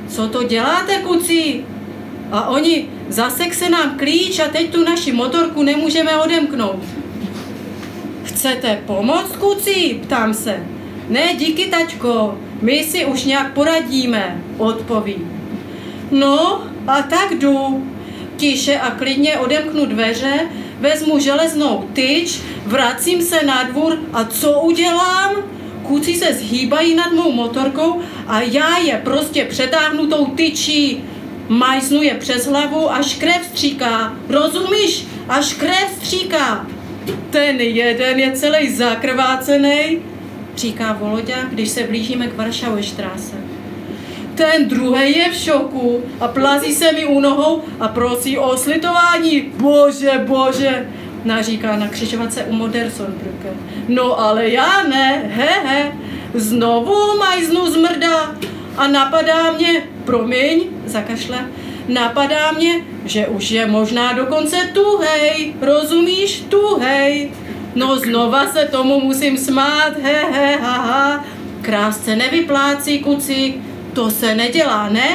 co to děláte, kuci? A oni, zasek se nám klíč a teď tu naši motorku nemůžeme odemknout. Chcete pomoct, kuci? Ptám se. Ne, díky, tačko, my si už nějak poradíme, odpoví. No, a tak jdu. Tiše a klidně odemknu dveře, vezmu železnou tyč, vracím se na dvůr a co udělám? Kuci se zhýbají nad mou motorkou a já je prostě přetáhnu tou tyčí. Majsnu je přes hlavu, až krev stříká. Rozumíš? Až krev stříká. Ten jeden je celý zakrvácený, říká Voloďa, když se blížíme k Warschauerstraße. Ten druhý je v šoku a plazí se mi u nohou a prosí o slitování. Bože, bože, naříká na křižovatce u Modersohnbrücke. No ale já ne, hehe, znovu majznu zmrda a napadá mě, promiň, zakašle, napadá mě, že už je možná dokonce tuhej, rozumíš, tuhej. No znova se tomu musím smát, hehe, haha, krásce nevyplácí, kuci, to se nedělá, ne?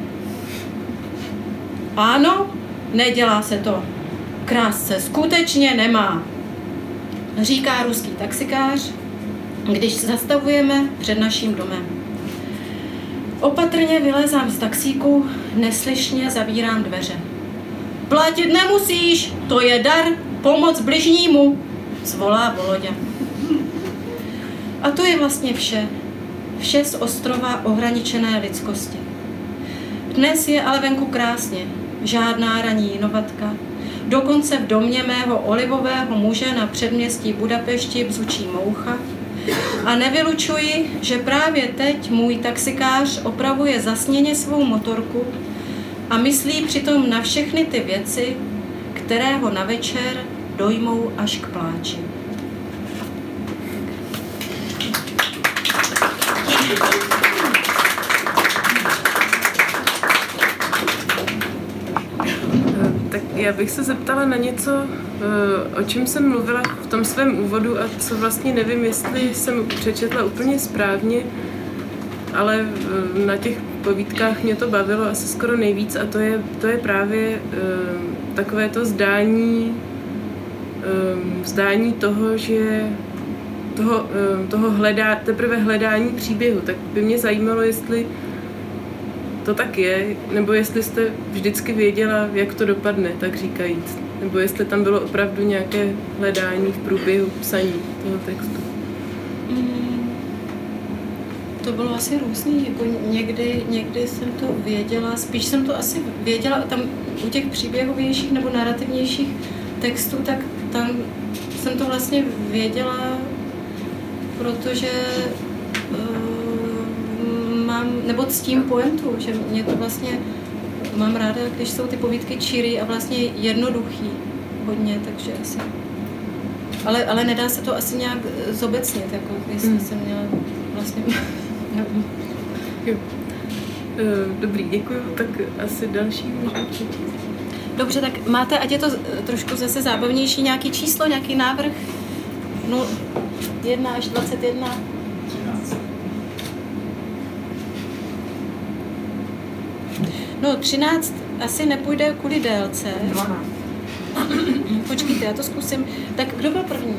Ano, nedělá se to. Krásce skutečně nemá, říká ruský taxikář, když zastavujeme před naším domem. Opatrně vylezám z taxíku, neslyšně zavírám dveře. Platit nemusíš, to je dar, pomoc bližnímu, zvolá Volodě. A to je vlastně vše. Vše z ostrova ohraničené lidskosti. Dnes je ale venku krásně, žádná ranní jinovatka. Dokonce v domě mého olivového muže na předměstí Budapešti bzučí moucha. A nevylučuji, že právě teď můj taxikář opravuje zasněně svou motorku a myslí přitom na všechny ty věci, které ho na večer dojmou až k pláči. Tak já bych se zeptala na něco, o čem jsem mluvila v tom svém úvodu a co vlastně nevím, jestli jsem přečetla úplně správně, ale na těch povídkách mě to bavilo asi skoro nejvíc a to je právě takové to vzdání toho, že toho teprve hledání příběhu. Tak by mě zajímalo, jestli to tak je, nebo jestli jste vždycky věděla, jak to dopadne, tak říkajíc. Nebo jestli tam bylo opravdu nějaké hledání v průběhu psaní toho textu. To bylo asi různý, jako někdy jsem to věděla, spíš jsem to asi věděla, tam u těch příběhovějších nebo narrativnějších textů, tak tam jsem to vlastně věděla, protože nebo ctím pointu, že mě to vlastně mám ráda, když jsou ty povídky čirý a vlastně jednoduchý hodně, takže asi. Ale nedá se to asi nějak zobecnit, jako jestli jsem měla vlastně. Dobrý, děkuju, tak asi další můžeme přečíst. Dobře, tak máte, ať je to trošku zase zábavnější, nějaký číslo, nějaký návrh? No, 1 až 21. 13. No, 13 asi nepůjde kvůli délce. 12. Počkejte, já to zkusím. Tak kdo byl první?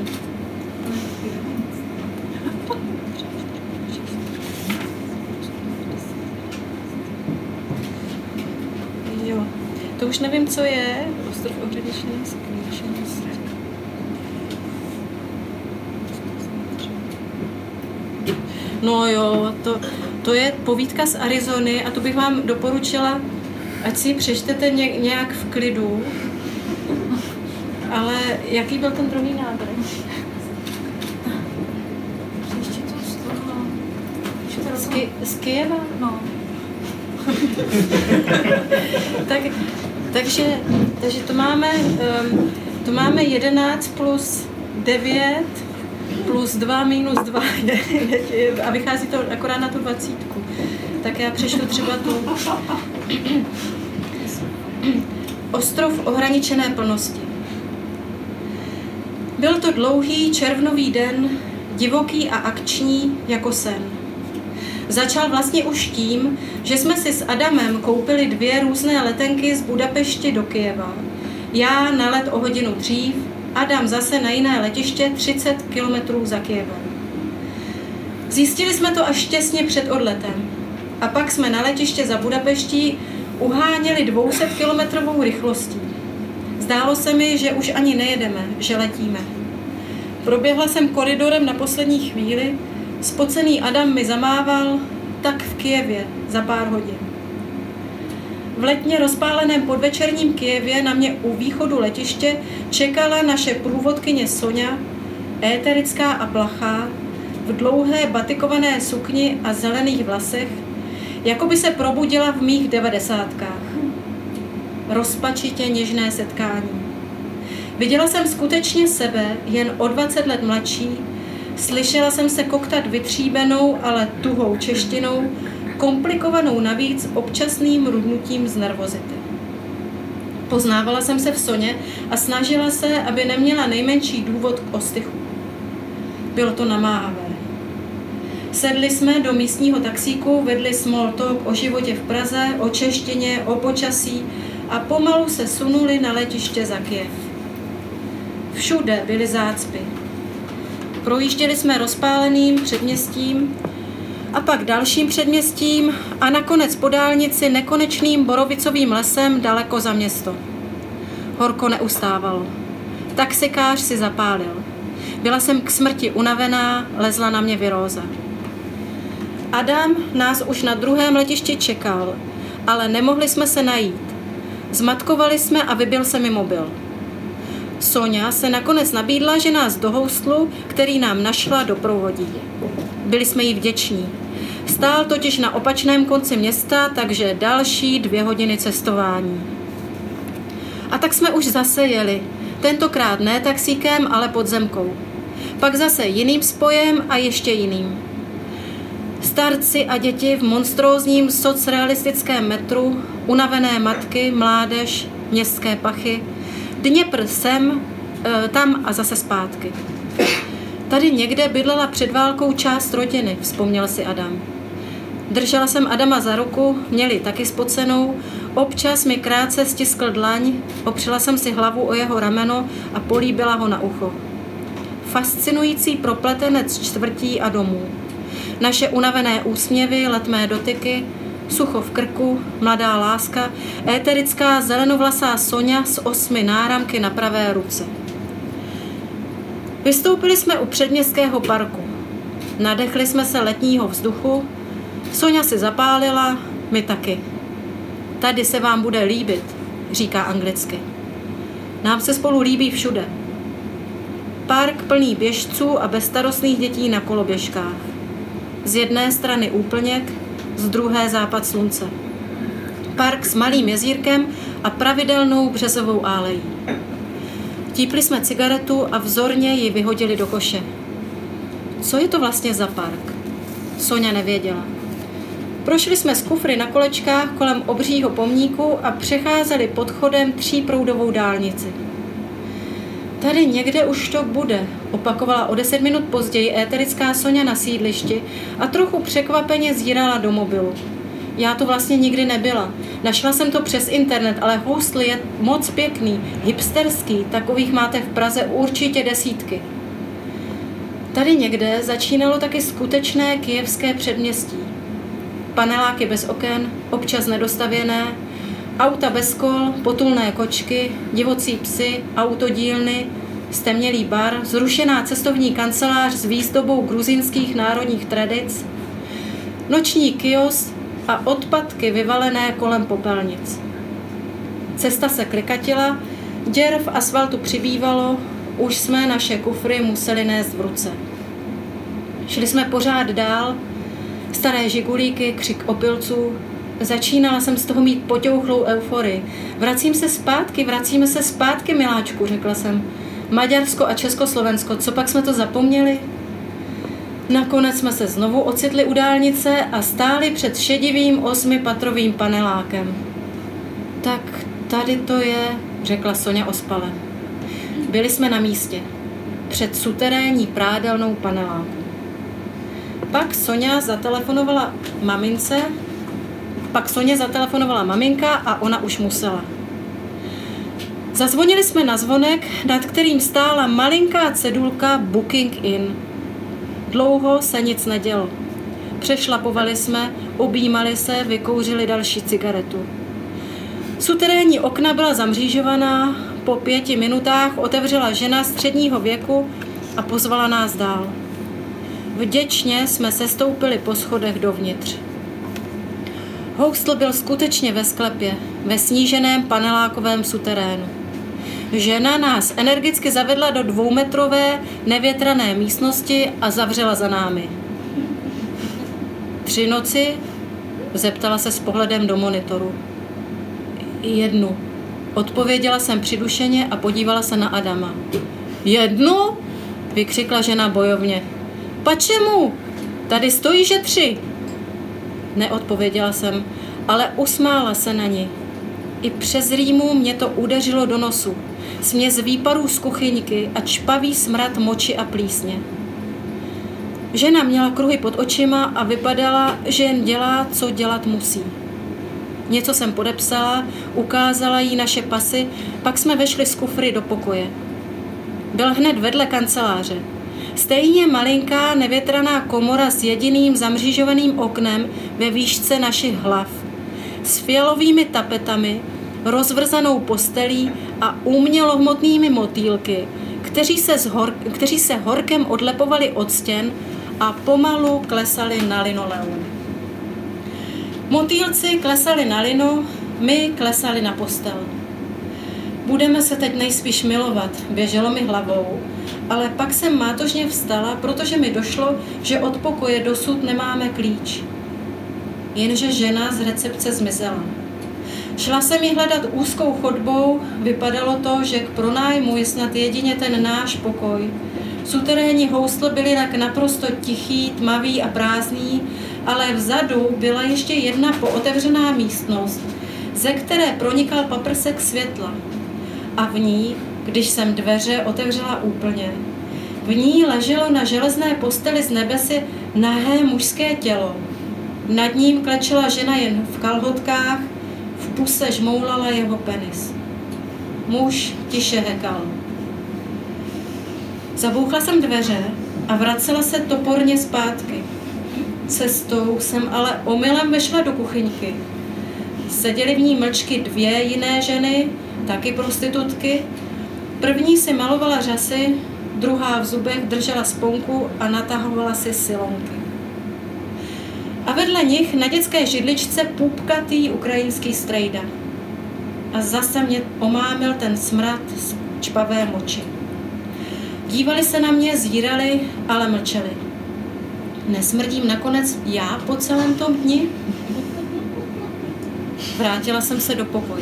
Jo, to už nevím, co je. Ostrov ohraničené sklíčenosti. No jo, to je povídka z Arizony a tu bych vám doporučila, ať si ji přečtete nějak v klidu. Ale jaký byl ten druhý návrh? Příště to z toho... Z Kyjeva? No. takže to máme 11 plus 9 plus 2 minus 2 a vychází to akorát na tu 20. Tak já přečtu třeba tu. Ostrov ohraničené plnosti. Byl to dlouhý červnový den, divoký a akční jako sen. začal vlastně už tím, že jsme si s Adamem koupili 2 různé letenky z Budapešti do Kyjeva. Já na let o hodinu dřív, Adam zase na jiné letiště 30 kilometrů za Kyjevem. Zjistili jsme to až těsně před odletem. A pak jsme na letiště za Budapeští uháněli 200-kilometrovou rychlostí. Zdálo se mi, že už ani nejedeme, že letíme. Proběhla jsem koridorem na poslední chvíli, spocený Adam mi zamával, tak v Kyjevě za pár hodin. V letně rozpáleném podvečerním Kyjevě na mě u východu letiště čekala naše průvodkyně Soňa, éterická a plachá, v dlouhé batikované sukni a zelených vlasech, jako by se probudila v mých 90kách. Rozpačitě něžné setkání. Viděla jsem skutečně sebe, jen o 20 let mladší, slyšela jsem se koktat vytříbenou, ale tuhou češtinou, komplikovanou navíc občasným rudnutím z nervozity. Poznávala jsem se v Soně a snažila se, aby neměla nejmenší důvod k ostychu. Bylo to namáhavé. Sedli jsme do místního taxíku, vedli small talk o životě v Praze, o češtině, o počasí a pomalu se sunuli na letiště za Kyjev. Všude byly zácpy. Projížděli jsme rozpáleným předměstím a pak dalším předměstím a nakonec po dálnici nekonečným borovicovým lesem daleko za město. Horko neustávalo. Taxikář si zapálil. Byla jsem k smrti unavená, lezla na mě viróza. Adam nás už na druhém letišti čekal, ale nemohli jsme se najít. Zmatkovali jsme a vybil se mi mobil. Soňa se nakonec nabídla, že nás do hostlu, který nám našla, doprovodí. Byli jsme jí vděční. Stál totiž na opačném konci města, takže další 2 hodiny cestování. A tak jsme už zase jeli. Tentokrát ne taxíkem, ale podzemkou. Pak zase jiným spojem a ještě jiným. Starci a děti v monstrózním socrealistickém metru, unavené matky, mládež, městské pachy, Dněpr sem, tam a zase zpátky. Tady někde bydlela před válkou část rodiny, vzpomněl si Adam. Držela jsem Adama za ruku, měli taky spocenou, občas mi krátce stiskl dlaň, opřela jsem si hlavu o jeho rameno a políbila ho na ucho. Fascinující propletenec čtvrtí a domů. Naše unavené úsměvy, letmé dotyky, sucho v krku, mladá láska, éterická zelenovlasá Soňa s 8 náramky na pravé ruce. Vystoupili jsme u předměstského parku. Nadechli jsme se letního vzduchu, Soňa si zapálila, my taky. Tady se vám bude líbit, říká anglicky. Nám se spolu líbí všude. Park plný běžců a bezstarostných dětí na koloběžkách. Z jedné strany úplněk, z druhé západ slunce. Park s malým jezírkem a pravidelnou březovou álejí. Típli jsme cigaretu a vzorně ji vyhodili do koše. Co je to vlastně za park? Soňa nevěděla. Prošli jsme s kufry na kolečkách kolem obřího pomníku a přecházeli podchodem 3proudovou dálnici. Tady někde už to bude, opakovala o 10 minut později éterická Soňa na sídlišti a trochu překvapeně zírala do mobilu. Já tu vlastně nikdy nebyla. Našla jsem to přes internet, ale hostl je moc pěkný, hipsterský, takových máte v Praze určitě desítky. Tady někde začínalo taky skutečné kyjevské předměstí. Paneláky bez oken, občas nedostavěné, auta bez kol, potulné kočky, divocí psy, autodílny, stemnělý bar, zrušená cestovní kancelář s výzdobou gruzínských národních tradic, noční kiosk a odpadky vyvalené kolem popelnic. Cesta se klikatila, děr v asfaltu přibývalo, už jsme naše kufry museli nést v ruce. Šli jsme pořád dál, staré žigulíky, křik opilců. Začínala jsem z toho mít potěuchlou euforii. Vracíme se zpátky, miláčku, řekla jsem. Maďarsko a Československo, co pak jsme to zapomněli? Nakonec jsme se znovu ocitli u dálnice a stáli před šedivým 8patrovým panelákem. Tak tady to je, řekla Soňa ospale. Byli jsme na místě, před suterénní prádelnou paneláku. Pak Soně zatelefonovala maminka a ona už musela. Zazvonili jsme na zvonek, nad kterým stála malinká cedulka Booking in. Dlouho se nic nedělo. Přešlapovali jsme, objímali se, vykouřili další cigaretu. Suterénní okna byla zamřížovaná, po 5 minutách otevřela žena středního věku a pozvala nás dál. Vděčně jsme sestoupili po schodech dovnitř. Hostl byl skutečně ve sklepě, ve sníženém panelákovém suterénu. Žena nás energicky zavedla do 2metrové nevětrané místnosti a zavřela za námi. 3 noci? Zeptala se s pohledem do monitoru. 1. Odpověděla jsem přidušeně a podívala se na Adama. 1? Vykřikla žena bojovně. Pačemu? Tady stojí, že 3. Neodpověděla jsem, ale usmála se na ní. I přes rýmu mě to udeřilo do nosu. Směs výparů z kuchyňky a čpavý smrad moči a plísně. Žena měla kruhy pod očima a vypadala, že jen dělá, co dělat musí. Něco jsem podepsala, ukázala jí naše pasy, pak jsme vešli z kufry do pokoje. Byl hned vedle kanceláře. Stejně malinká nevětraná komora s jediným zamřížovaným oknem ve výšce našich hlav. S fialovými tapetami, rozvrzanou postelí a umělohmotnými motýlky, kteří se horkem odlepovali od stěn a pomalu klesali na linoleum. Motýlci klesali na lino, my klesali na postel. Budeme se teď nejspíš milovat, běželo mi hlavou, ale pak jsem mátožně vstala, protože mi došlo, že od pokoje dosud nemáme klíč. Jenže žena z recepce zmizela. Šla jsem ji hledat úzkou chodbou, vypadalo to, že k pronájmu je snad jedině ten náš pokoj. Suterénní housl byl jinak naprosto tichý, tmavý a prázdný, ale vzadu byla ještě jedna pootevřená místnost, ze které pronikal paprsek světla. A v ní, když jsem dveře otevřela úplně, v ní leželo na železné posteli z nebesy nahé mužské tělo. Nad ním klečela žena jen v kalhotkách, v puse žmoulala jeho penis. Muž tiše hekal. Zabouchla jsem dveře a vracela se toporně zpátky. Cestou jsem ale omylem vešla do kuchyňky. Seděly v ní mlčky 2 jiné ženy, taky prostitutky. První si malovala řasy, druhá v zubech držela sponku a natahovala si silonky. A vedle nich na dětské židličce pupkatý ukrajinský strejda. A zase mě omámil ten smrad z čpavé moči. Dívali se na mě, zírali, ale mlčeli. Nesmrdím nakonec já po celém tom dni? Vrátila jsem se do pokoje.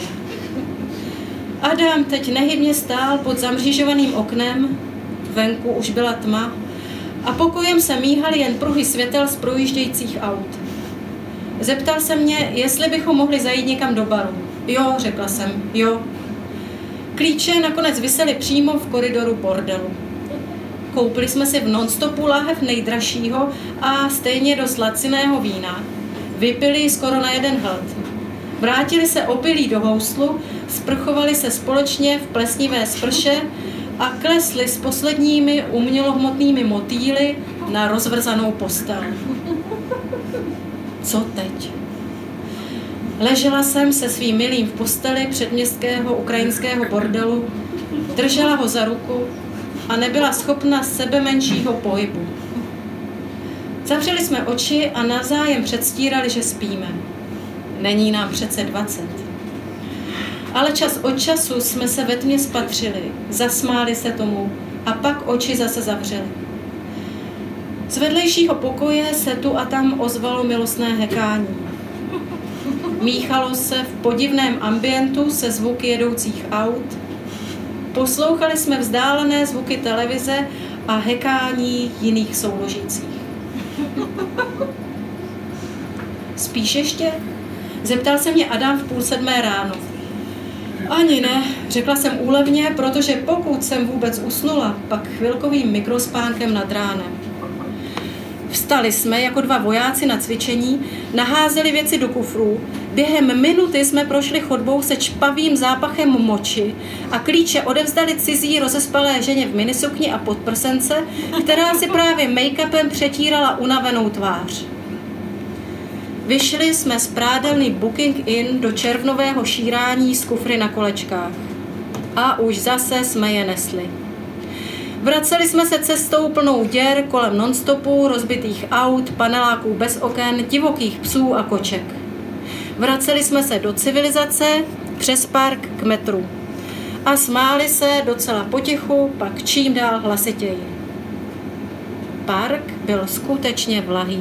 Adam teď nehybně stál pod zamřížovaným oknem, venku už byla tma a pokojem se míhaly jen pruhy světel z projíždějících aut. Zeptal se mě, jestli bychom mohli zajít někam do baru. Jo, řekla jsem, jo. Klíče nakonec visely přímo v koridoru bordelu. Koupili jsme si v nonstopu láhev nejdražšího a stejně dost laciného vína. Vypili skoro na jeden hlad. Vrátili se opilí do houslu, sprchovali se společně v plesnivé sprše a klesli s posledními umělohmotnými motýly na rozvrzanou postel. Co teď? Ležela jsem se svým milým v posteli předměstského ukrajinského bordelu, držela ho za ruku a nebyla schopna sebe menšího pohybu. Zavřeli jsme oči a navzájem předstírali, že spíme. Není nám přece 20. Ale čas od času jsme se ve tmě spatřili, zasmáli se tomu a pak oči zase zavřeli. Z vedlejšího pokoje se tu a tam ozvalo milostné hekání. Míchalo se v podivném ambientu se zvuky jedoucích aut. Poslouchali jsme vzdálené zvuky televize a hekání jiných souložících. Spíš ještě? Zeptal se mě Adam v 6:30 ráno. Ani ne, řekla jsem úlevně, protože pokud jsem vůbec usnula, pak chvilkovým mikrospánkem nad ránem. Vstali jsme jako 2 vojáci na cvičení, naházeli věci do kufrů, během minuty jsme prošli chodbou se čpavým zápachem moči a klíče odevzdali cizí rozespalé ženě v minisukni a podprsence, která si právě make-upem přetírala unavenou tvář. Vyšli jsme z prádelny Booking Inn do červnového šírání z kufry na kolečkách. A už zase jsme je nesli. Vraceli jsme se cestou plnou děr kolem nonstopu, rozbitých aut, paneláků bez oken, divokých psů a koček. Vraceli jsme se do civilizace, přes park k metru. A smáli se docela potichu, pak čím dál hlasitěji. Park byl skutečně vlahý.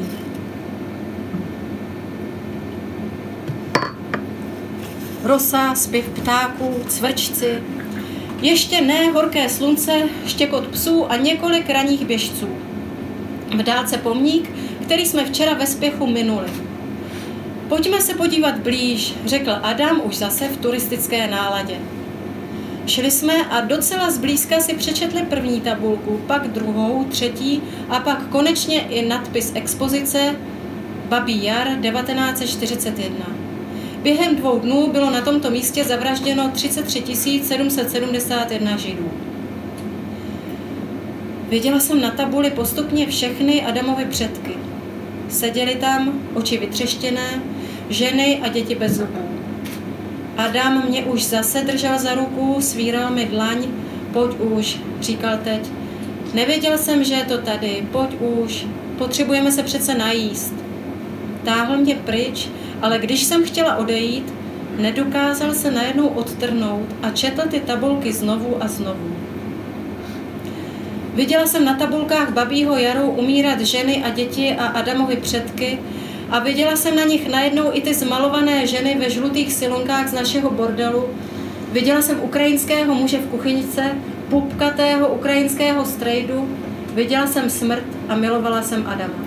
Rosa, zpěv ptáků, cvrčci, ještě ne horké slunce, štěkot psů a několik ranních běžců. V dálce pomník, který jsme včera ve spěchu minuli. Pojďme se podívat blíž, řekl Adam už zase v turistické náladě. Šli jsme a docela zblízka si přečetli první tabulku, pak druhou, třetí a pak konečně i nadpis expozice Babí jar 1941. Během 2 dnů bylo na tomto místě zavražděno 33 771 Židů. Viděla jsem na tabuli postupně všechny Adamovy předky. Seděli tam, oči vytřeštěné, ženy a děti bez zubů. Adam mě už zase držel za ruku, svíral mi dlaň. Pojď už, říkal teď. Nevěděl jsem, že je to tady, pojď už, potřebujeme se přece najíst. Táhl mě pryč, ale když jsem chtěla odejít, nedokázal se najednou odtrhnout a četl ty tabulky znovu a znovu. Viděla jsem na tabulkách Babího jaru umírat ženy a děti a Adamovy předky a viděla jsem na nich najednou i ty zmalované ženy ve žlutých silonkách z našeho bordelu. Viděla jsem ukrajinského muže v kuchyňce, pupkatého ukrajinského strejdu, viděla jsem smrt a milovala jsem Adama.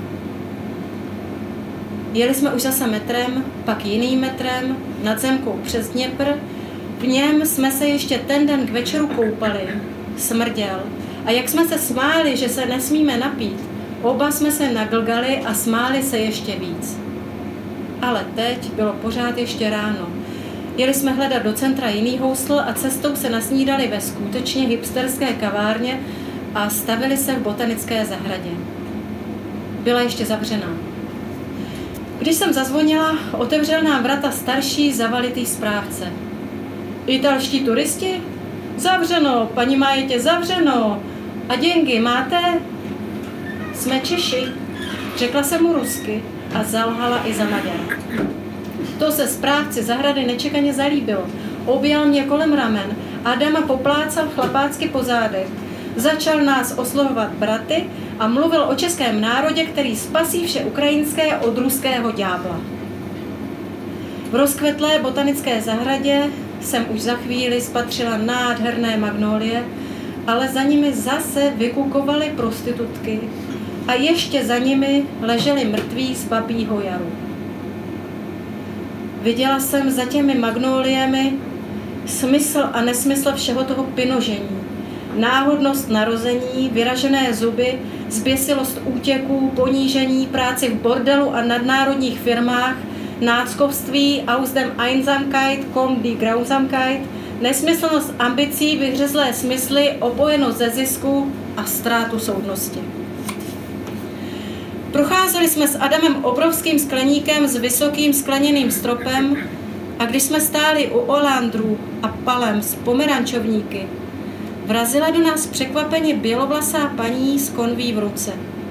Jeli jsme už zase metrem, pak jiným metrem, nad Zemkou přes Dněpr. V něm jsme se ještě ten den k večeru koupali. Smrděl. A jak jsme se smáli, že se nesmíme napít, oba jsme se naglgali a smáli se ještě víc. Ale teď bylo pořád ještě ráno. Jeli jsme hledat do centra jiný housl a cestou se nasnídali ve skutečně hipsterské kavárně a stavili se v botanické zahradě. Byla ještě zavřená. Když jsem zazvonila, otevřel nám vrata starší, zavalitý správce. Italští turisti? Zavřeno, paní Majetě, zavřeno. A děngy máte? Jsme Češi, řekla jsem mu rusky a zalhala i za Maďara. To se správci zahrady nečekaně zalíbilo. Objal mě kolem ramen, Adama poplácal chlapácky po zádech. Začal nás oslovovat braty a mluvil o českém národě, který spasí vše ukrajinské od ruského ďábla. V rozkvetlé botanické zahradě jsem už za chvíli spatřila nádherné magnolie, ale za nimi zase vykukovaly prostitutky a ještě za nimi leželi mrtví z Babího jaru. Viděla jsem za těmi magnoliemi smysl a nesmysl všeho toho pinožení. Náhodnost narození, vyražené zuby, zběsilost útěků, ponížení, práci v bordelu a nadnárodních firmách, náckovství, aus dem Einsamkeit kommt die Grausamkeit, nesmyslnost ambicí, vyhřezlé smysly, opojenost ze zisku a ztrátu soudnosti. Procházeli jsme s Adamem obrovským skleníkem s vysokým skleněným stropem a když jsme stáli u olandrů a palem s pomerančovníky, vrazila do nás překvapeně bělovlasá paní s konví v ruce.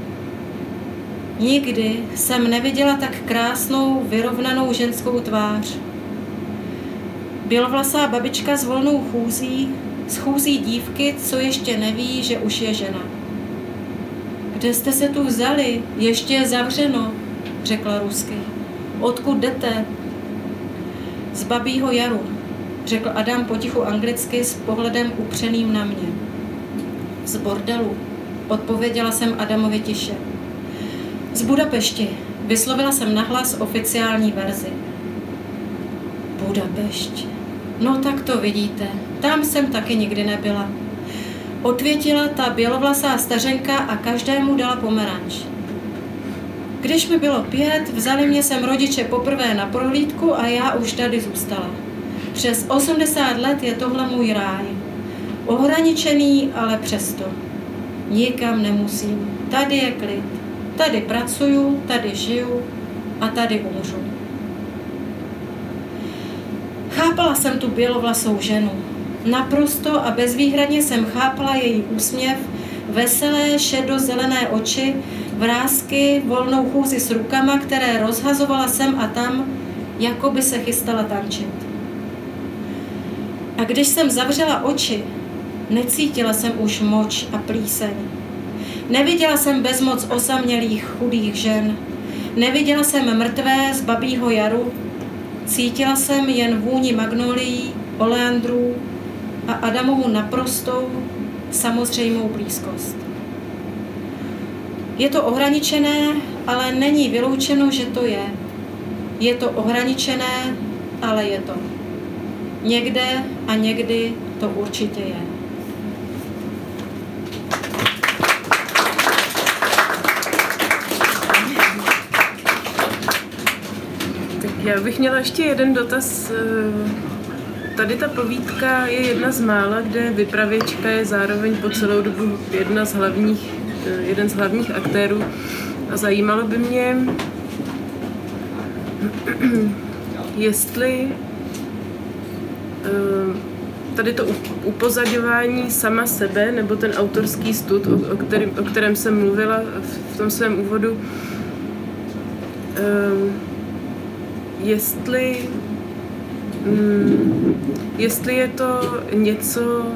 Nikdy jsem neviděla tak krásnou, vyrovnanou ženskou tvář. Bělovlasá babička s volnou chůzí, s chůzí dívky, co ještě neví, že už je žena. Kde jste se tu vzali? Ještě je zavřeno, řekla rusky. Odkud jdete? Z Babího jaru, řekl Adam potichu anglicky s pohledem upřeným na mě. Z bordelu, odpověděla jsem Adamovi tiše. Z Budapešti, vyslovila jsem nahlas oficiální verzi. Budapešť. No tak to vidíte, tam jsem taky nikdy nebyla. Odvětila ta bělovlasá stařenka a každému dala pomeranč. Když mi bylo 5, vzali mě sem rodiče poprvé na prohlídku a já už tady zůstala. Přes 80 let je tohle můj ráj. Ohraničený, ale přesto. Nikam nemusím. Tady je klid. Tady pracuju, tady žiju a tady umřu. Chápala jsem tu bělovlasou ženu. Naprosto a bezvýhradně jsem chápala její úsměv, veselé šedozelené oči, vrásky, volnou chůzi s rukama, které rozhazovala sem a tam, jako by se chystala tančit. A když jsem zavřela oči, necítila jsem už moč a plíseň. Neviděla jsem bezmoc osamělých chudých žen. Neviděla jsem mrtvé z Babího jaru. Cítila jsem jen vůni magnolií, oleandrů a Adamovu naprostou, samozřejmou blízkost. Je to ohraničené, ale není vyloučeno, že to je. Je to ohraničené, ale je to. Někde a někdy to určitě je. Tak já bych měla ještě jeden dotaz. Tady ta povídka je jedna z mála, kde vypravěčka je zároveň po celou dobu jeden z hlavních aktérů. A zajímalo by mě, jestli tady to upozadňování sama sebe, nebo ten autorský stud, o kterém jsem mluvila v tom svém úvodu, jestli je to něco,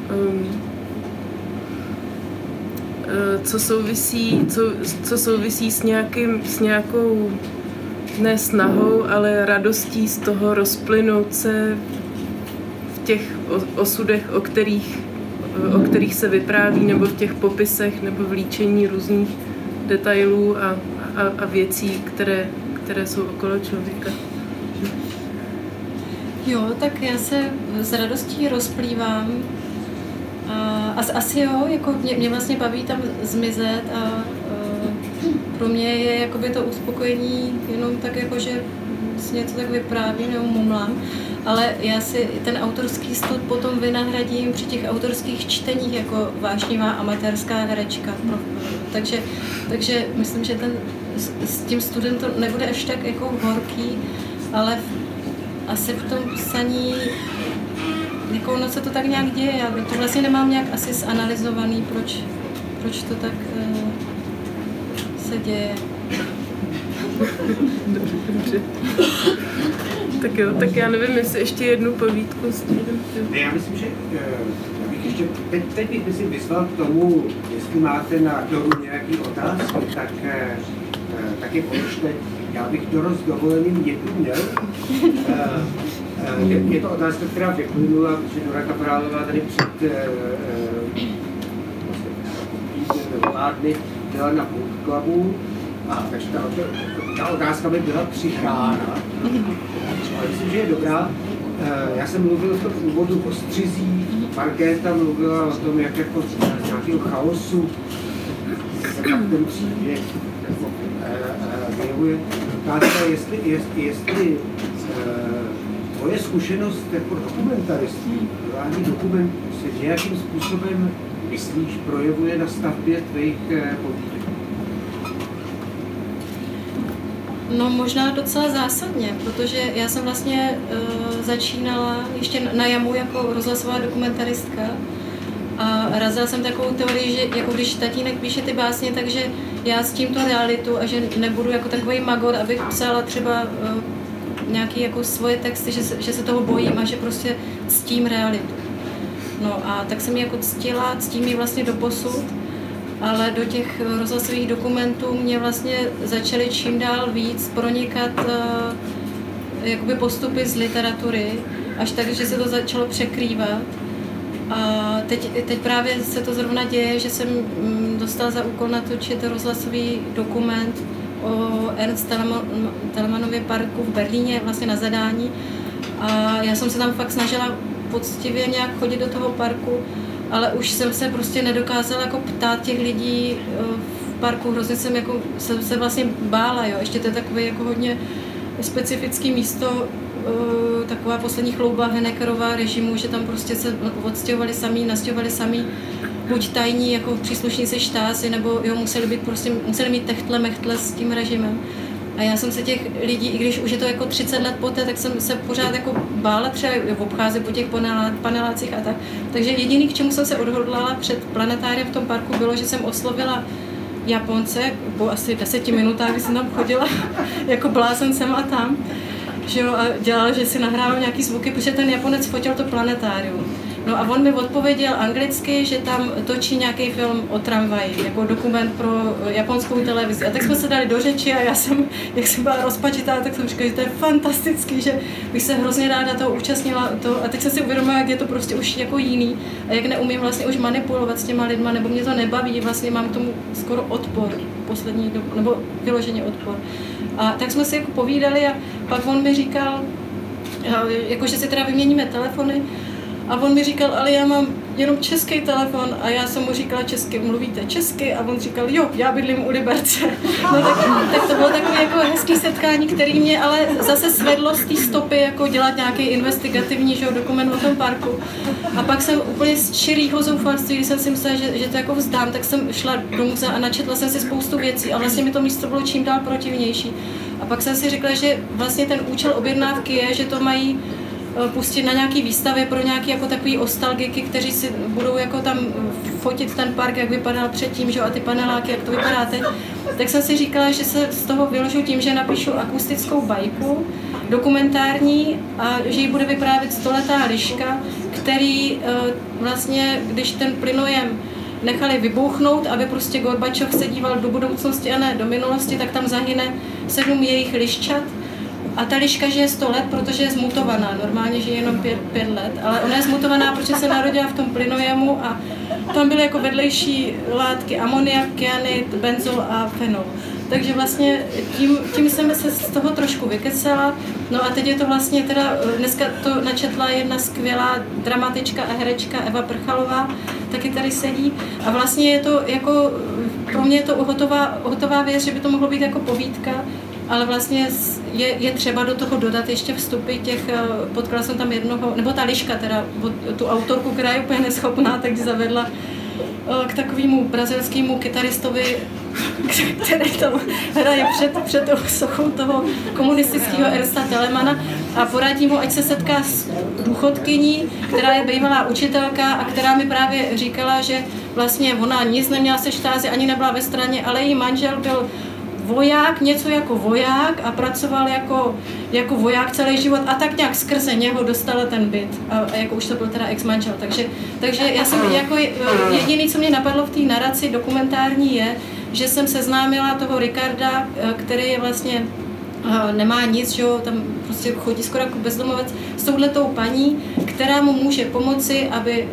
co souvisí s nějakou ne snahou, ale radostí z toho rozplynout se v těch osudech, o kterých se vypráví, nebo v těch popisech, nebo v líčení různých detailů a věcí, které jsou okolo člověka. Jo, tak já se s radostí rozplývám. Asi jo, jako mě vlastně baví tam zmizet a pro mě je jakoby to uspokojení jenom tak jako, že si něco tak vyprávím nebo mumlám, ale já si ten autorský stud potom vynahradím při těch autorských čteních jako vášnivá amatérská herečka. Takže myslím, že s tím studem to nebude až tak jako horký, ale asi v tom psaní jako ono se to tak nějak děje. Já to vlastně nemám nějak asi zanalyzovaný, proč to tak se děje. Dobře. Tak jo, tak já nevím, jestli ještě jednu povídku s tím. Ne, já myslím, že bych ještě, teď bych si vyzval k tomu, jestli máte na Doru nějaký otázky, tak je položte. Já bych Doro s dovolením jednu měl. Je to otázka, která vyplynula, že Dora Kaprálová tady před pár dny byla na Book Clubu, takže ta otázka by byla přihrána. Ale myslím, že je dobrá. Já jsem mluvil v tom úvodu o střizích, Markéta mluvila o tom, jak jako z nějakého chaosu se tak ten příběh vyjevuje. Otázka, jestli tvoje zkušenost jako dokumentaristů, dělání dokumentů se nějakým způsobem, myslíš, projevuje na stavbě tvých povídek? No možná docela zásadně, protože já jsem vlastně začínala ještě na Jamu jako rozhlasová dokumentaristka a razila jsem takovou teorii, že jako když tatínek píše ty básně, takže já s tímto realitu a že nebudu jako takový magor, abych psala třeba nějaký jako svoje texty, že se toho bojím a že prostě ctím realitu. No a tak jsem ji jako ctím ji vlastně doposud, ale do těch rozhlasových dokumentů mě vlastně začaly čím dál víc pronikat jakoby postupy z literatury, až tak, že se to začalo překrývat. A teď právě se to zrovna děje, že jsem dostala za úkol natočit rozhlasový dokument o Ernst Telemanově parku v Berlíně, vlastně na zadání. A já jsem se tam fakt snažila poctivě nějak chodit do toho parku, ale už jsem se prostě nedokázala jako ptát těch lidí v parku, hrozně jsem jako se vlastně bála, jo. Ještě to je takové jako hodně specifické místo, taková poslední chlouba Honeckerová režimu, že tam prostě se odstěhovali sami, nastěhovali sami, buď tajní jako příslušníci Stasi, nebo jo, museli mít mechtle s tím režimem. A já jsem se těch lidí, i když už je to jako 30 let poté, tak jsem se pořád jako bála třeba obcházet po těch panelácích a tak. Takže jediný, k čemu jsem se odhodlala před planetáriem v tom parku, bylo, že jsem oslovila Japonce po asi 10 minutách, kdy jsem tam chodila jako blázen sem a tam, že jo, a dělala, že si nahrával nějaký zvuky, protože ten Japonec fotil to planetárium. No a on mi odpověděl anglicky, že tam točí nějaký film o tramvaji, jako dokument pro japonskou televizi. A tak jsme se dali do řeči a já jsem, jak jsem byla rozpačitá, tak jsem říkala, že to je fantastický, že bych se hrozně ráda toho účastnila. A teď jsem si uvědomila, jak je to prostě už jako jiný a jak neumím vlastně už manipulovat s těma lidma, nebo mě to nebaví, vlastně mám k tomu skoro odpor poslední dobu, nebo vyloženě odpor. A tak jsme si jako povídali a pak on mi říkal, jako že si teda vyměníme telefony. A on mi říkal, ale já mám jenom český telefon a já jsem mu říkala česky, mluvíte česky? A on říkal, jo, já bydlím u Liberce. No tak to bylo takové jako hezký setkání, který mě ale zase svedlo z té stopy jako dělat nějaký investigativní dokument o tom parku. A pak jsem úplně z čirýho zoufalství, když jsem si myslela, že to jako vzdám, tak jsem šla do muzea a načetla jsem si spoustu věcí a vlastně mi to místo bylo čím dál protivnější. A pak jsem si řekla, že vlastně ten účel objednávky je, že to mají pustit na nějaký výstavy pro nějaký jako takový ostalgiky, kteří si budou jako tam fotit ten park, jak vypadal předtím, že? A ty paneláky, jak to vypadá teď. Tak jsem si říkala, že se z toho vyložu tím, že napíšu akustickou bajku, dokumentární, a že ji bude vyprávět stoletá liška, který vlastně, když ten plynojem nechali vybouchnout, aby prostě Gorbačov se díval do budoucnosti a ne do minulosti, tak tam zahyne 7 jejich liščat. A ta liška žije 100 let, protože je zmutovaná. Normálně žije jenom 5 let, ale ona je zmutovaná, protože se narodila v tom plynojemu a tam byly jako vedlejší látky amoniak, kyanid, benzol a fenol. Takže vlastně tím jsem se z toho trošku vykecela. No a teď je to vlastně teda, dneska to načetla jedna skvělá dramatička a herečka Eva Prchalová, taky tady sedí. A vlastně je to jako, pro mě je to hotová věc, že by to mohlo být jako povídka, ale vlastně je třeba do toho dodat ještě vstupy těch, potkala jsem tam jednoho, nebo ta liška teda, tu autorku, která je úplně neschopná, tak zavedla k takovému brazilskému kytaristovi, který tam hraje před sochou toho komunistického Ernsta Telemana a poradí mu, ať se setká s důchodkyní, která je bývalá učitelka a která mi právě říkala, že vlastně ona nic neměla se Stasi, ani nebyla ve straně, ale její manžel byl voják, něco jako voják a pracoval jako voják celý život a tak nějak skrze něho dostala ten byt a jako už to byl teda ex-manžel, takže já jsem jako jediný, co mě napadlo v té naraci dokumentární je, že jsem seznámila toho Ricarda, který je vlastně nemá nic, že jo, tam prostě chodí skoro jako bezdomovec s touhletou paní, která mu může pomoci, aby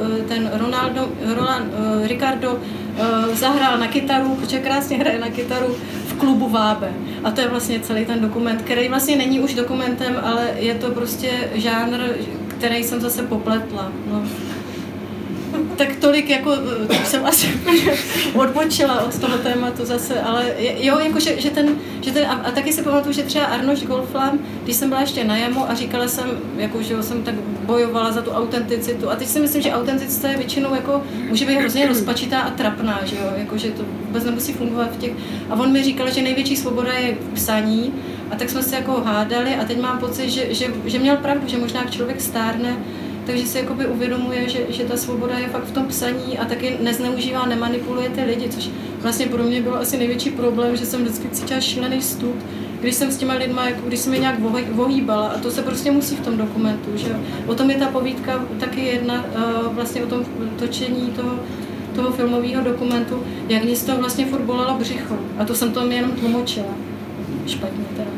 Ricardo zahrál na kytaru, protože krásně hraje na kytaru v klubu Vábe. A to je vlastně celý ten dokument, který vlastně není už dokumentem, ale je to prostě žánr, který jsem zase popletla. No. Tak tolik, jako jsem asi odbočila od toho tématu zase, ale jo, jako že ten a taky si pamatuju, že třeba Arnošt Goldflam, když jsem byla ještě na Jamu a říkala jsem, jako, že jsem tak bojovala za tu autenticitu a teď si myslím, že autenticita je většinou jako, může být hrozně rozpačitá a trapná, že jo, jako, že to vůbec nemusí fungovat v těch, a on mi říkal, že největší svoboda je v psaní a tak jsme se jako hádali a teď mám pocit, že měl pravdu, že možná člověk stárne, takže si jakoby uvědomuje, že ta svoboda je fakt v tom psaní a taky nezneužívá, nemanipuluje ty lidi, což vlastně pro mě bylo asi největší problém, že jsem vždycky cítila šílený stud, když jsem s těma lidma, jako když jsem je nějak vohýbala a to se prostě musí v tom dokumentu, že o tom je ta povídka taky jedna, vlastně o tom točení toho filmového dokumentu, jak mě z toho vlastně furt bolelo břicho a to jsem to jenom tlumočila. Špatně teda.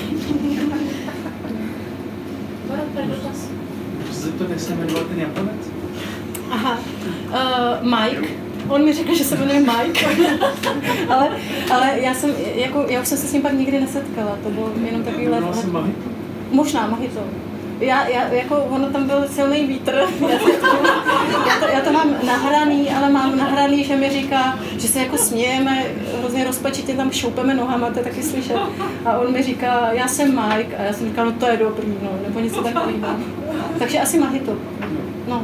Jak se jmenoval ten Japonec? Aha, Mike. On mi řekl, že se jmenuje Mike, ale já už jsem se s ním pak nikdy nesetkala, to bylo jenom takový let. Možná Mojito. Ono tam byl silný vítr, já to mám nahraný, ale mám nahraný, že mi říká, že se jako smějeme, hrozně rozpačitě tam šoupeme nohama, to je taky slyšet. A on mi říká, já jsem Mike, a já jsem říkala, no to je dobrý, no, nebo něco takového. Takže asi Mahito. No.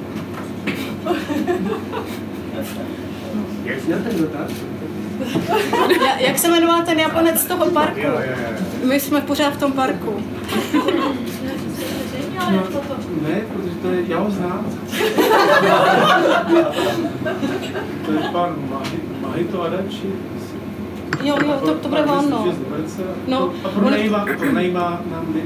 Jak zněl ten dotaz? Jak se jmenoval ten Japonec z toho parku? My jsme pořád v tom parku. Ne, protože to je, já ho znám. To je pan Mahito Adachi. Jo, to bude on, no. No, a pronajímá nám lidi.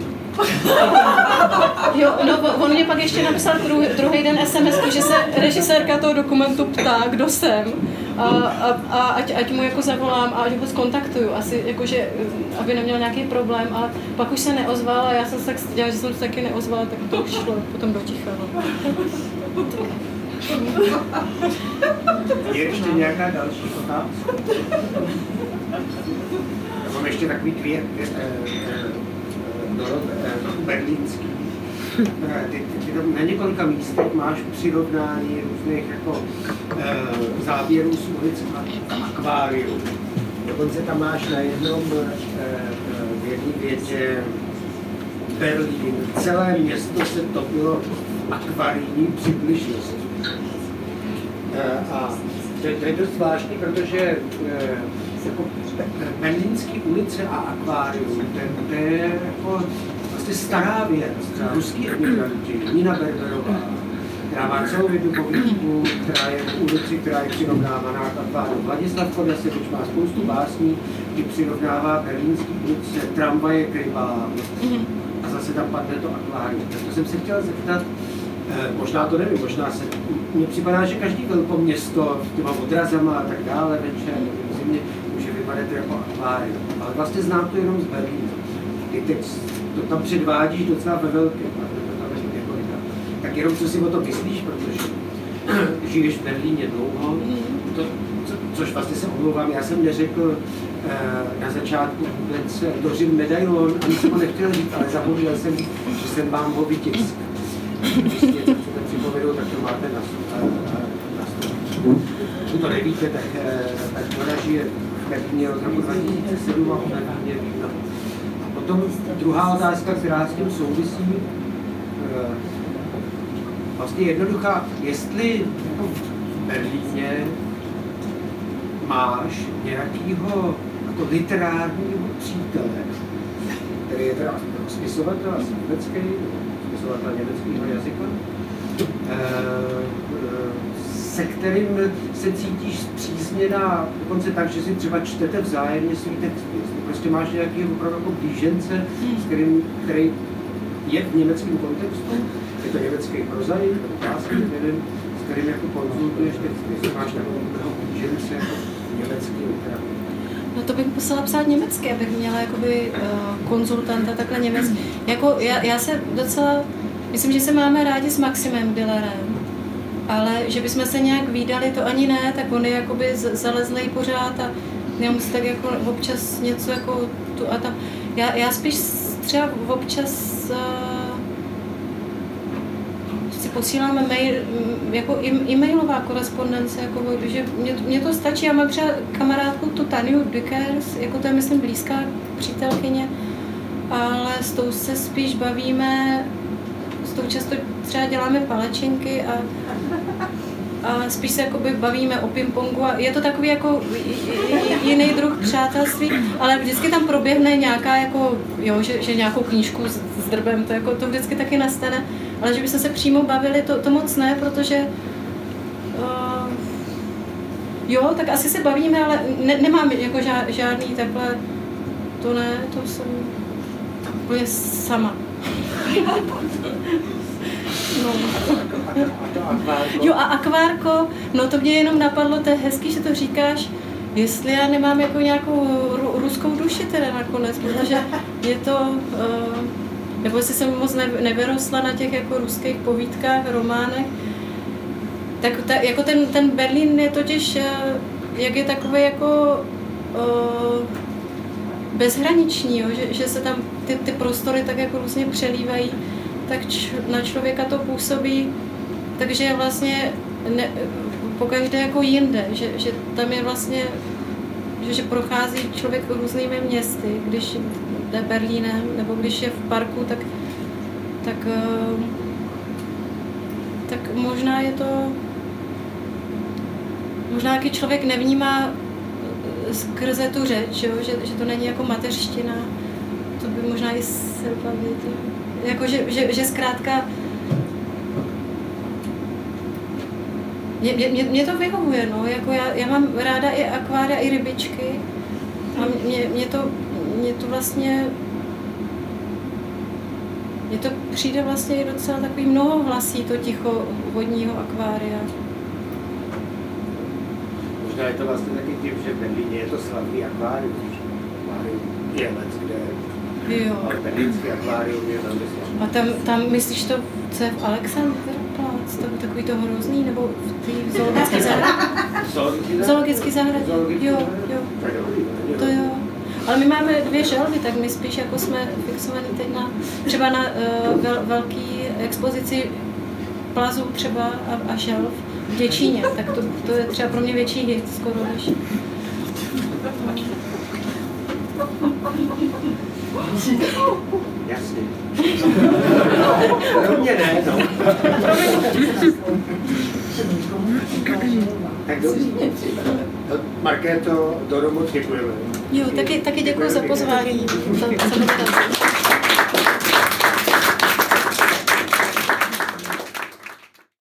Jo, no, on mě pak ještě napsal druhý den SMS, že se režisérka toho dokumentu ptá, kdo jsem. A ať mu jako zavolám a ať ho zkontaktuju, asi jakože, aby neměl nějaký problém, ale pak už se neozval a já jsem se tak styděla, že jsem se taky neozvala, tak to už šlo potom do ticha. No. Je ještě nějaká další otázka? Já mám ještě takový dvě berlínský. Ty tam na několika místech máš přirovnání různých jako záběrů z ulic a akvárium. Dokonce tam máš na jednom v jedné větě Berlín. Celé město se topilo v akvarijní přibližnosti. A to je dost zvláštní, protože jako berlínské ulice a akvárium, to je jako vlastně stará věc. Třeba ruský emigranti, Nina Berberová, která má celou jednu povídku, která je v ulici, která je přirovnávaná k akvárium. Vladislav Kodasevič má spoustu básní, kdy přirovnává berlínský ulice, tramvaje k rybám a zase tam padne to akvárium. Tak to jsem se chtěl zeptat, možná to nevím, možná se, mně připadá, že každý velkoměsto s těma odrazama a tak dále večer, v zimě, může vypadat jako akvárium. Ale vlastně znám to jenom z Berlína. I teď to tam předvádíš docela ve velkém, tak jenom co si o to myslíš, protože žiješ v Berlíně dlouho, což vlastně se omlouvám, já jsem neřekl na začátku vůbec dořím medailon, ani jsem ho nechtěl říct, ale zapomněl jsem, že jsem vám ho vytisk. Když si něco chcete připovědět, tak to máte na stolu. Pokud to nevíte, tak Nora žije v Berlíně od roku 2007 a v Berlíně víno. A potom druhá otázka, která s tím souvisí, vlastně jednoduchá, jestli jako v Berlíně máš nějakého jako literárního přítele, který je teda spisovatel asi německý, spisovatel německého jazyka, se kterým se cítíš zpřízněná, dokonce tak, že si třeba čtete vzájemně svý texty. Jestli prostě máš nějaký opravdu jako blížence, který je v německém kontextu, je to německý prozaik, krásný, nevím, s kterým jako konzultuješ texty, jestli máš takového blížence jako německý literaturu. No to bych musela psát německy, abych měla jakoby konzultanta takhle německy. Jako já se docela, myslím, že se máme rádi s Maximem Dillerem, ale že bychom se nějak vídali, to ani ne, tak on je jakoby zalezlej pořád a já musím tak jako občas něco jako tu a tam. Já spíš třeba občas si posíláme mail, jako e-mailová korespondence, jako, že mě to stačí. Já mám třeba kamarádku tu Taniu Dykers, jako to je myslím blízká přítelkyně, ale s tou se spíš bavíme, s tou často třeba děláme palačinky a spíš se jakoby bavíme o pingpongu a je to takový jako jiný druh přátelství, ale vždycky tam proběhne nějaká jako, jo, že nějakou knížku s drbem, to, jako, to vždycky taky nastane, ale že bychom se přímo bavili, to moc ne, protože jo, tak asi se bavíme, ale nemám jako žádný takhle, to ne, to jsem úplně sama. No. Jo a akvárko, no to mě jenom napadlo, to je hezký, že to říkáš, jestli já nemám jako nějakou ruskou duši teda nakonec, protože je to, nebo jestli jsem moc nevyrostla na těch jako ruských povídkách, románech, tak jako ten Berlín je totiž, jak je takový jako bezhraniční, jo, že se tam ty prostory tak jako různě přelívají, tak na člověka to působí, takže vlastně pokaždé jako jinde, že tam je vlastně, že prochází člověk různými městy, když jde Berlínem, nebo když je v parku, tak možná je to, možná jaký člověk nevnímá skrze tu řeč, jo? Že to není jako mateřština, to by možná i Silva věděl. Jako, že zkrátka mě to vyhovuje, no, jako já mám ráda i akvária, i rybičky a mě to vlastně, mně to přijde vlastně i docela takový mnohohlasí, to ticho vodního akvária. Možná je to vlastně taky tím, že v Berlíně je to slavný akvárium, že akvárium je leckde, ale berlínský akvárium je velmi slavný. A tam myslíš to, co je v Alexanderplatz, takový to hrozný, nebo v té zoologické zahradě? Zoologický zahradě, jo. To jo. Ale my máme 2 želvy, tak my spíš jako jsme fixovaní teď třeba na velký expozici plazů třeba a želv v Děčíně, tak to je třeba pro mě větší hit skoro než. Jasně. Pro mě ne, no. Tak dobře. Markéto, Doro, moc děkujeme. Jo, taky děkuji za pozvání.